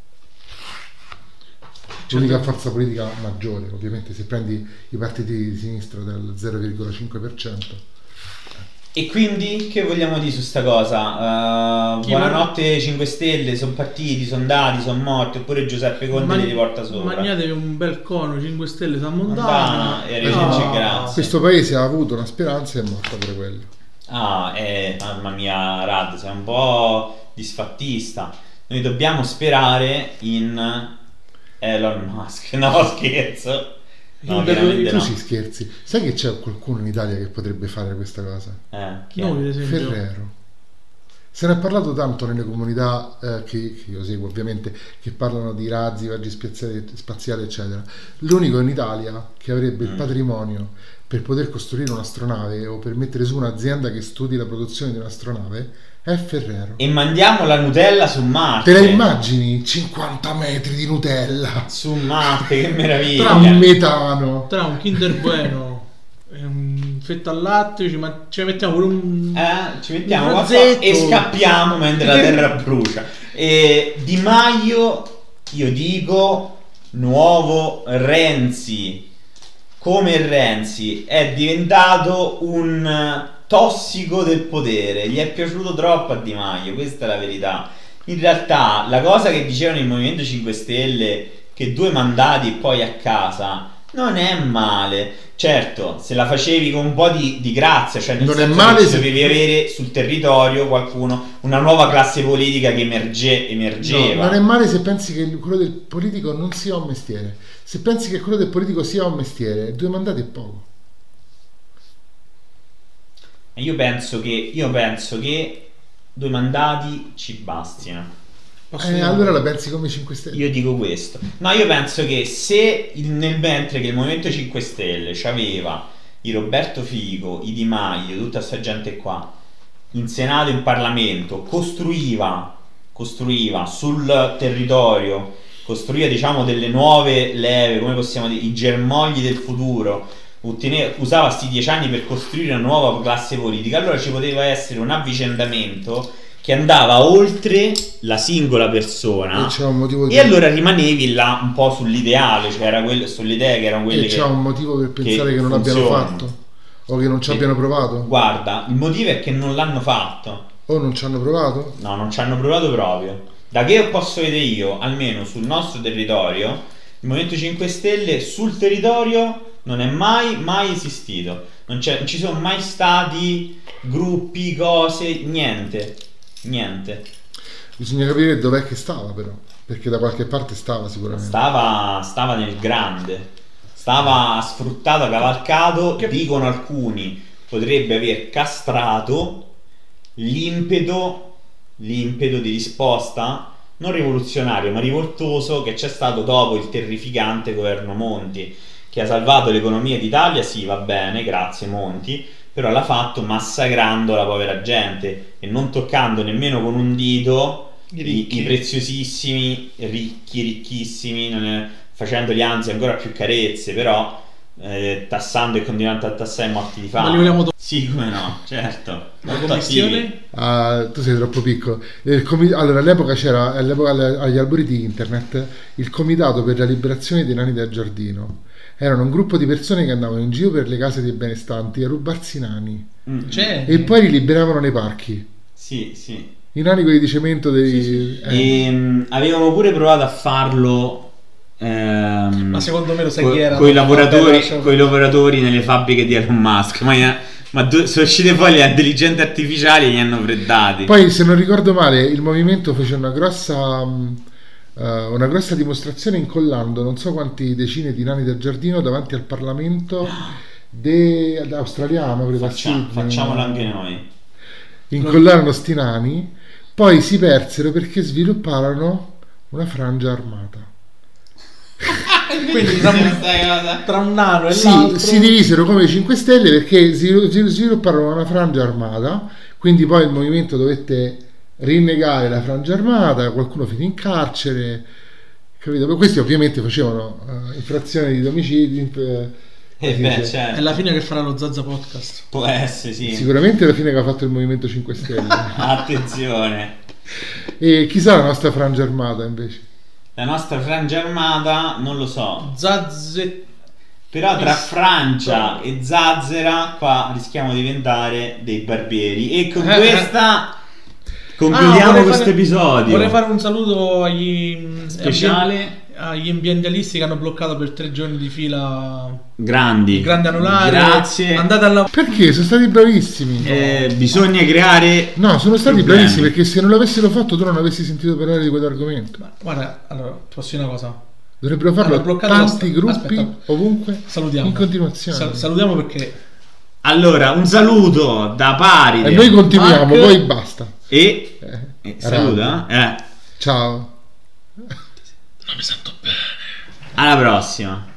L'unica forza politica maggiore, ovviamente, se prendi i partiti di sinistra del 0,5%. E quindi che vogliamo dire su sta cosa? Buonanotte 5 Stelle, sono partiti, sono andati, sono morti, oppure Giuseppe Conte li riporta sopra? Magnatevi un bel cono, 5 Stelle San Montana e grazie. Questo paese ha avuto una speranza e è morta pure quello. Mamma mia, Rad, sei un po' disfattista. Noi dobbiamo sperare in Elon Musk. No, scherzo. No, veramente tu no. Si scherzi. Sai che c'è qualcuno in Italia che potrebbe fare questa cosa? Chi Noi, per esempio. Ferrero. Se ne è parlato tanto nelle comunità che io seguo, ovviamente, che parlano di razzi, viaggi spaziali, eccetera. L'unico in Italia che avrebbe il patrimonio per poter costruire un'astronave o per mettere su un'azienda che studi la produzione di un'astronave è Ferrero. E mandiamo la Nutella su Marte. Te la immagini? 50 metri di Nutella su Marte, che meraviglia. Tra un metano, tra un Kinder Bueno e un fetta al latte, ci mettiamo pure ci mettiamo qua e scappiamo mentre la terra brucia. E Di Maio, io dico, nuovo Renzi. Come Renzi è diventato un tossico del potere, gli è piaciuto troppo a Di Maio, questa è la verità. In realtà la cosa che dicevano il Movimento 5 Stelle, che 2 mandati e poi a casa, non è male, certo, se la facevi con un po' di grazia, cioè nel Non è senso male che se- dovevi avere sul territorio qualcuno, una nuova classe politica che emergeva. No, non è male se pensi che quello del politico non sia un mestiere. Se pensi che quello del politico sia un mestiere, 2 mandati è poco. Io penso che 2 mandati ci bastino. Allora la pensi come 5 Stelle. Io dico questo. No, io penso che se nel mentre che il Movimento 5 Stelle c'aveva i Roberto Fico, i Di Maio, tutta sta gente qua, in Senato e in Parlamento, costruiva sul territorio, costruiva diciamo delle nuove leve, come possiamo dire, i germogli del futuro, usava sti 10 anni per costruire una nuova classe politica, allora ci poteva essere un avvicendamento che andava oltre la singola persona E c'è un motivo e allora rimanevi là un po' sull'ideale, cioè era sulle idee che erano quelle e c'è un motivo per pensare che non funzionano. abbiano fatto o che non ci abbiano provato Guarda, il motivo è che non l'hanno fatto. o non ci hanno provato. No, non ci hanno provato proprio. Da che posso vedere io, almeno sul nostro territorio, il Movimento 5 Stelle sul territorio non è mai esistito. Non ci sono mai stati gruppi, cose, niente. Bisogna capire dov'è che stava, però, perché da qualche parte stava sicuramente. Stava nel grande, stava sfruttato, cavalcato, dicono alcuni, potrebbe aver castrato l'impeto di risposta non rivoluzionario ma rivoltoso che c'è stato dopo il terrificante governo Monti, che ha salvato l'economia d'Italia, sì, va bene, grazie Monti, però l'ha fatto massacrando la povera gente e non toccando nemmeno con un dito i preziosissimi, ricchissimi, facendogli anzi ancora più carezze, però tassando e continuando a tassare i morti di fame. Ma li vogliamo Sì, come no, certo. La commissione? Tu sei troppo piccolo. Allora all'epoca agli albori di internet il Comitato per la Liberazione dei Nani del Giardino. Erano un gruppo di persone che andavano in giro per le case dei benestanti a rubarsi i nani e poi li liberavano nei parchi. Sì. I nani quelli di cemento E avevano pure provato a farlo Ma secondo me lo sai chi era? con i lavoratori nelle fabbriche di Elon Musk, ma sono uscite poi le intelligenze artificiali e li hanno freddati. Poi, se non ricordo male, il movimento fece una grossa dimostrazione incollando non so quanti decine di nani del giardino davanti al Parlamento australiano, credo. Facciamolo anche noi. Incollarono sti nani, poi si persero perché svilupparono una frangia armata. Quindi tra un nano e l'altro si divisero come i 5 Stelle perché svilupparono una frangia armata, quindi poi il movimento dovette rinnegare la frangia armata, qualcuno finì in carcere, capito? Questi ovviamente facevano infrazioni di domicilio. Certo. è la fine che farà lo Zazza Podcast. Può essere, sì. Sicuramente è la fine che ha fatto il Movimento 5 Stelle. Attenzione. E chi sa la nostra frangia armata invece? La nostra frangia armata non lo so. Però tra Francia e Zazzera qua rischiamo di diventare dei barbieri. E con questa concludiamo questo episodio. Vorrei fare un saluto agli speciale agli ambientalisti che hanno bloccato per 3 giorni di fila grandi il grande anulare. Grazie. Andate alla... Perché sono stati bravissimi. Bisogna creare sono stati problemi. bravissimi, perché se non l'avessero fatto tu non avresti sentito parlare di quell'argomento. Guarda, allora posso dire una cosa. Dovrebbero farlo tanti gruppi ovunque. Salutiamo in continuazione. Salutiamo perché allora un saluto da Paride e noi continuiamo, Mark, poi basta e saluta ciao. non mi sento bene. Alla prossima.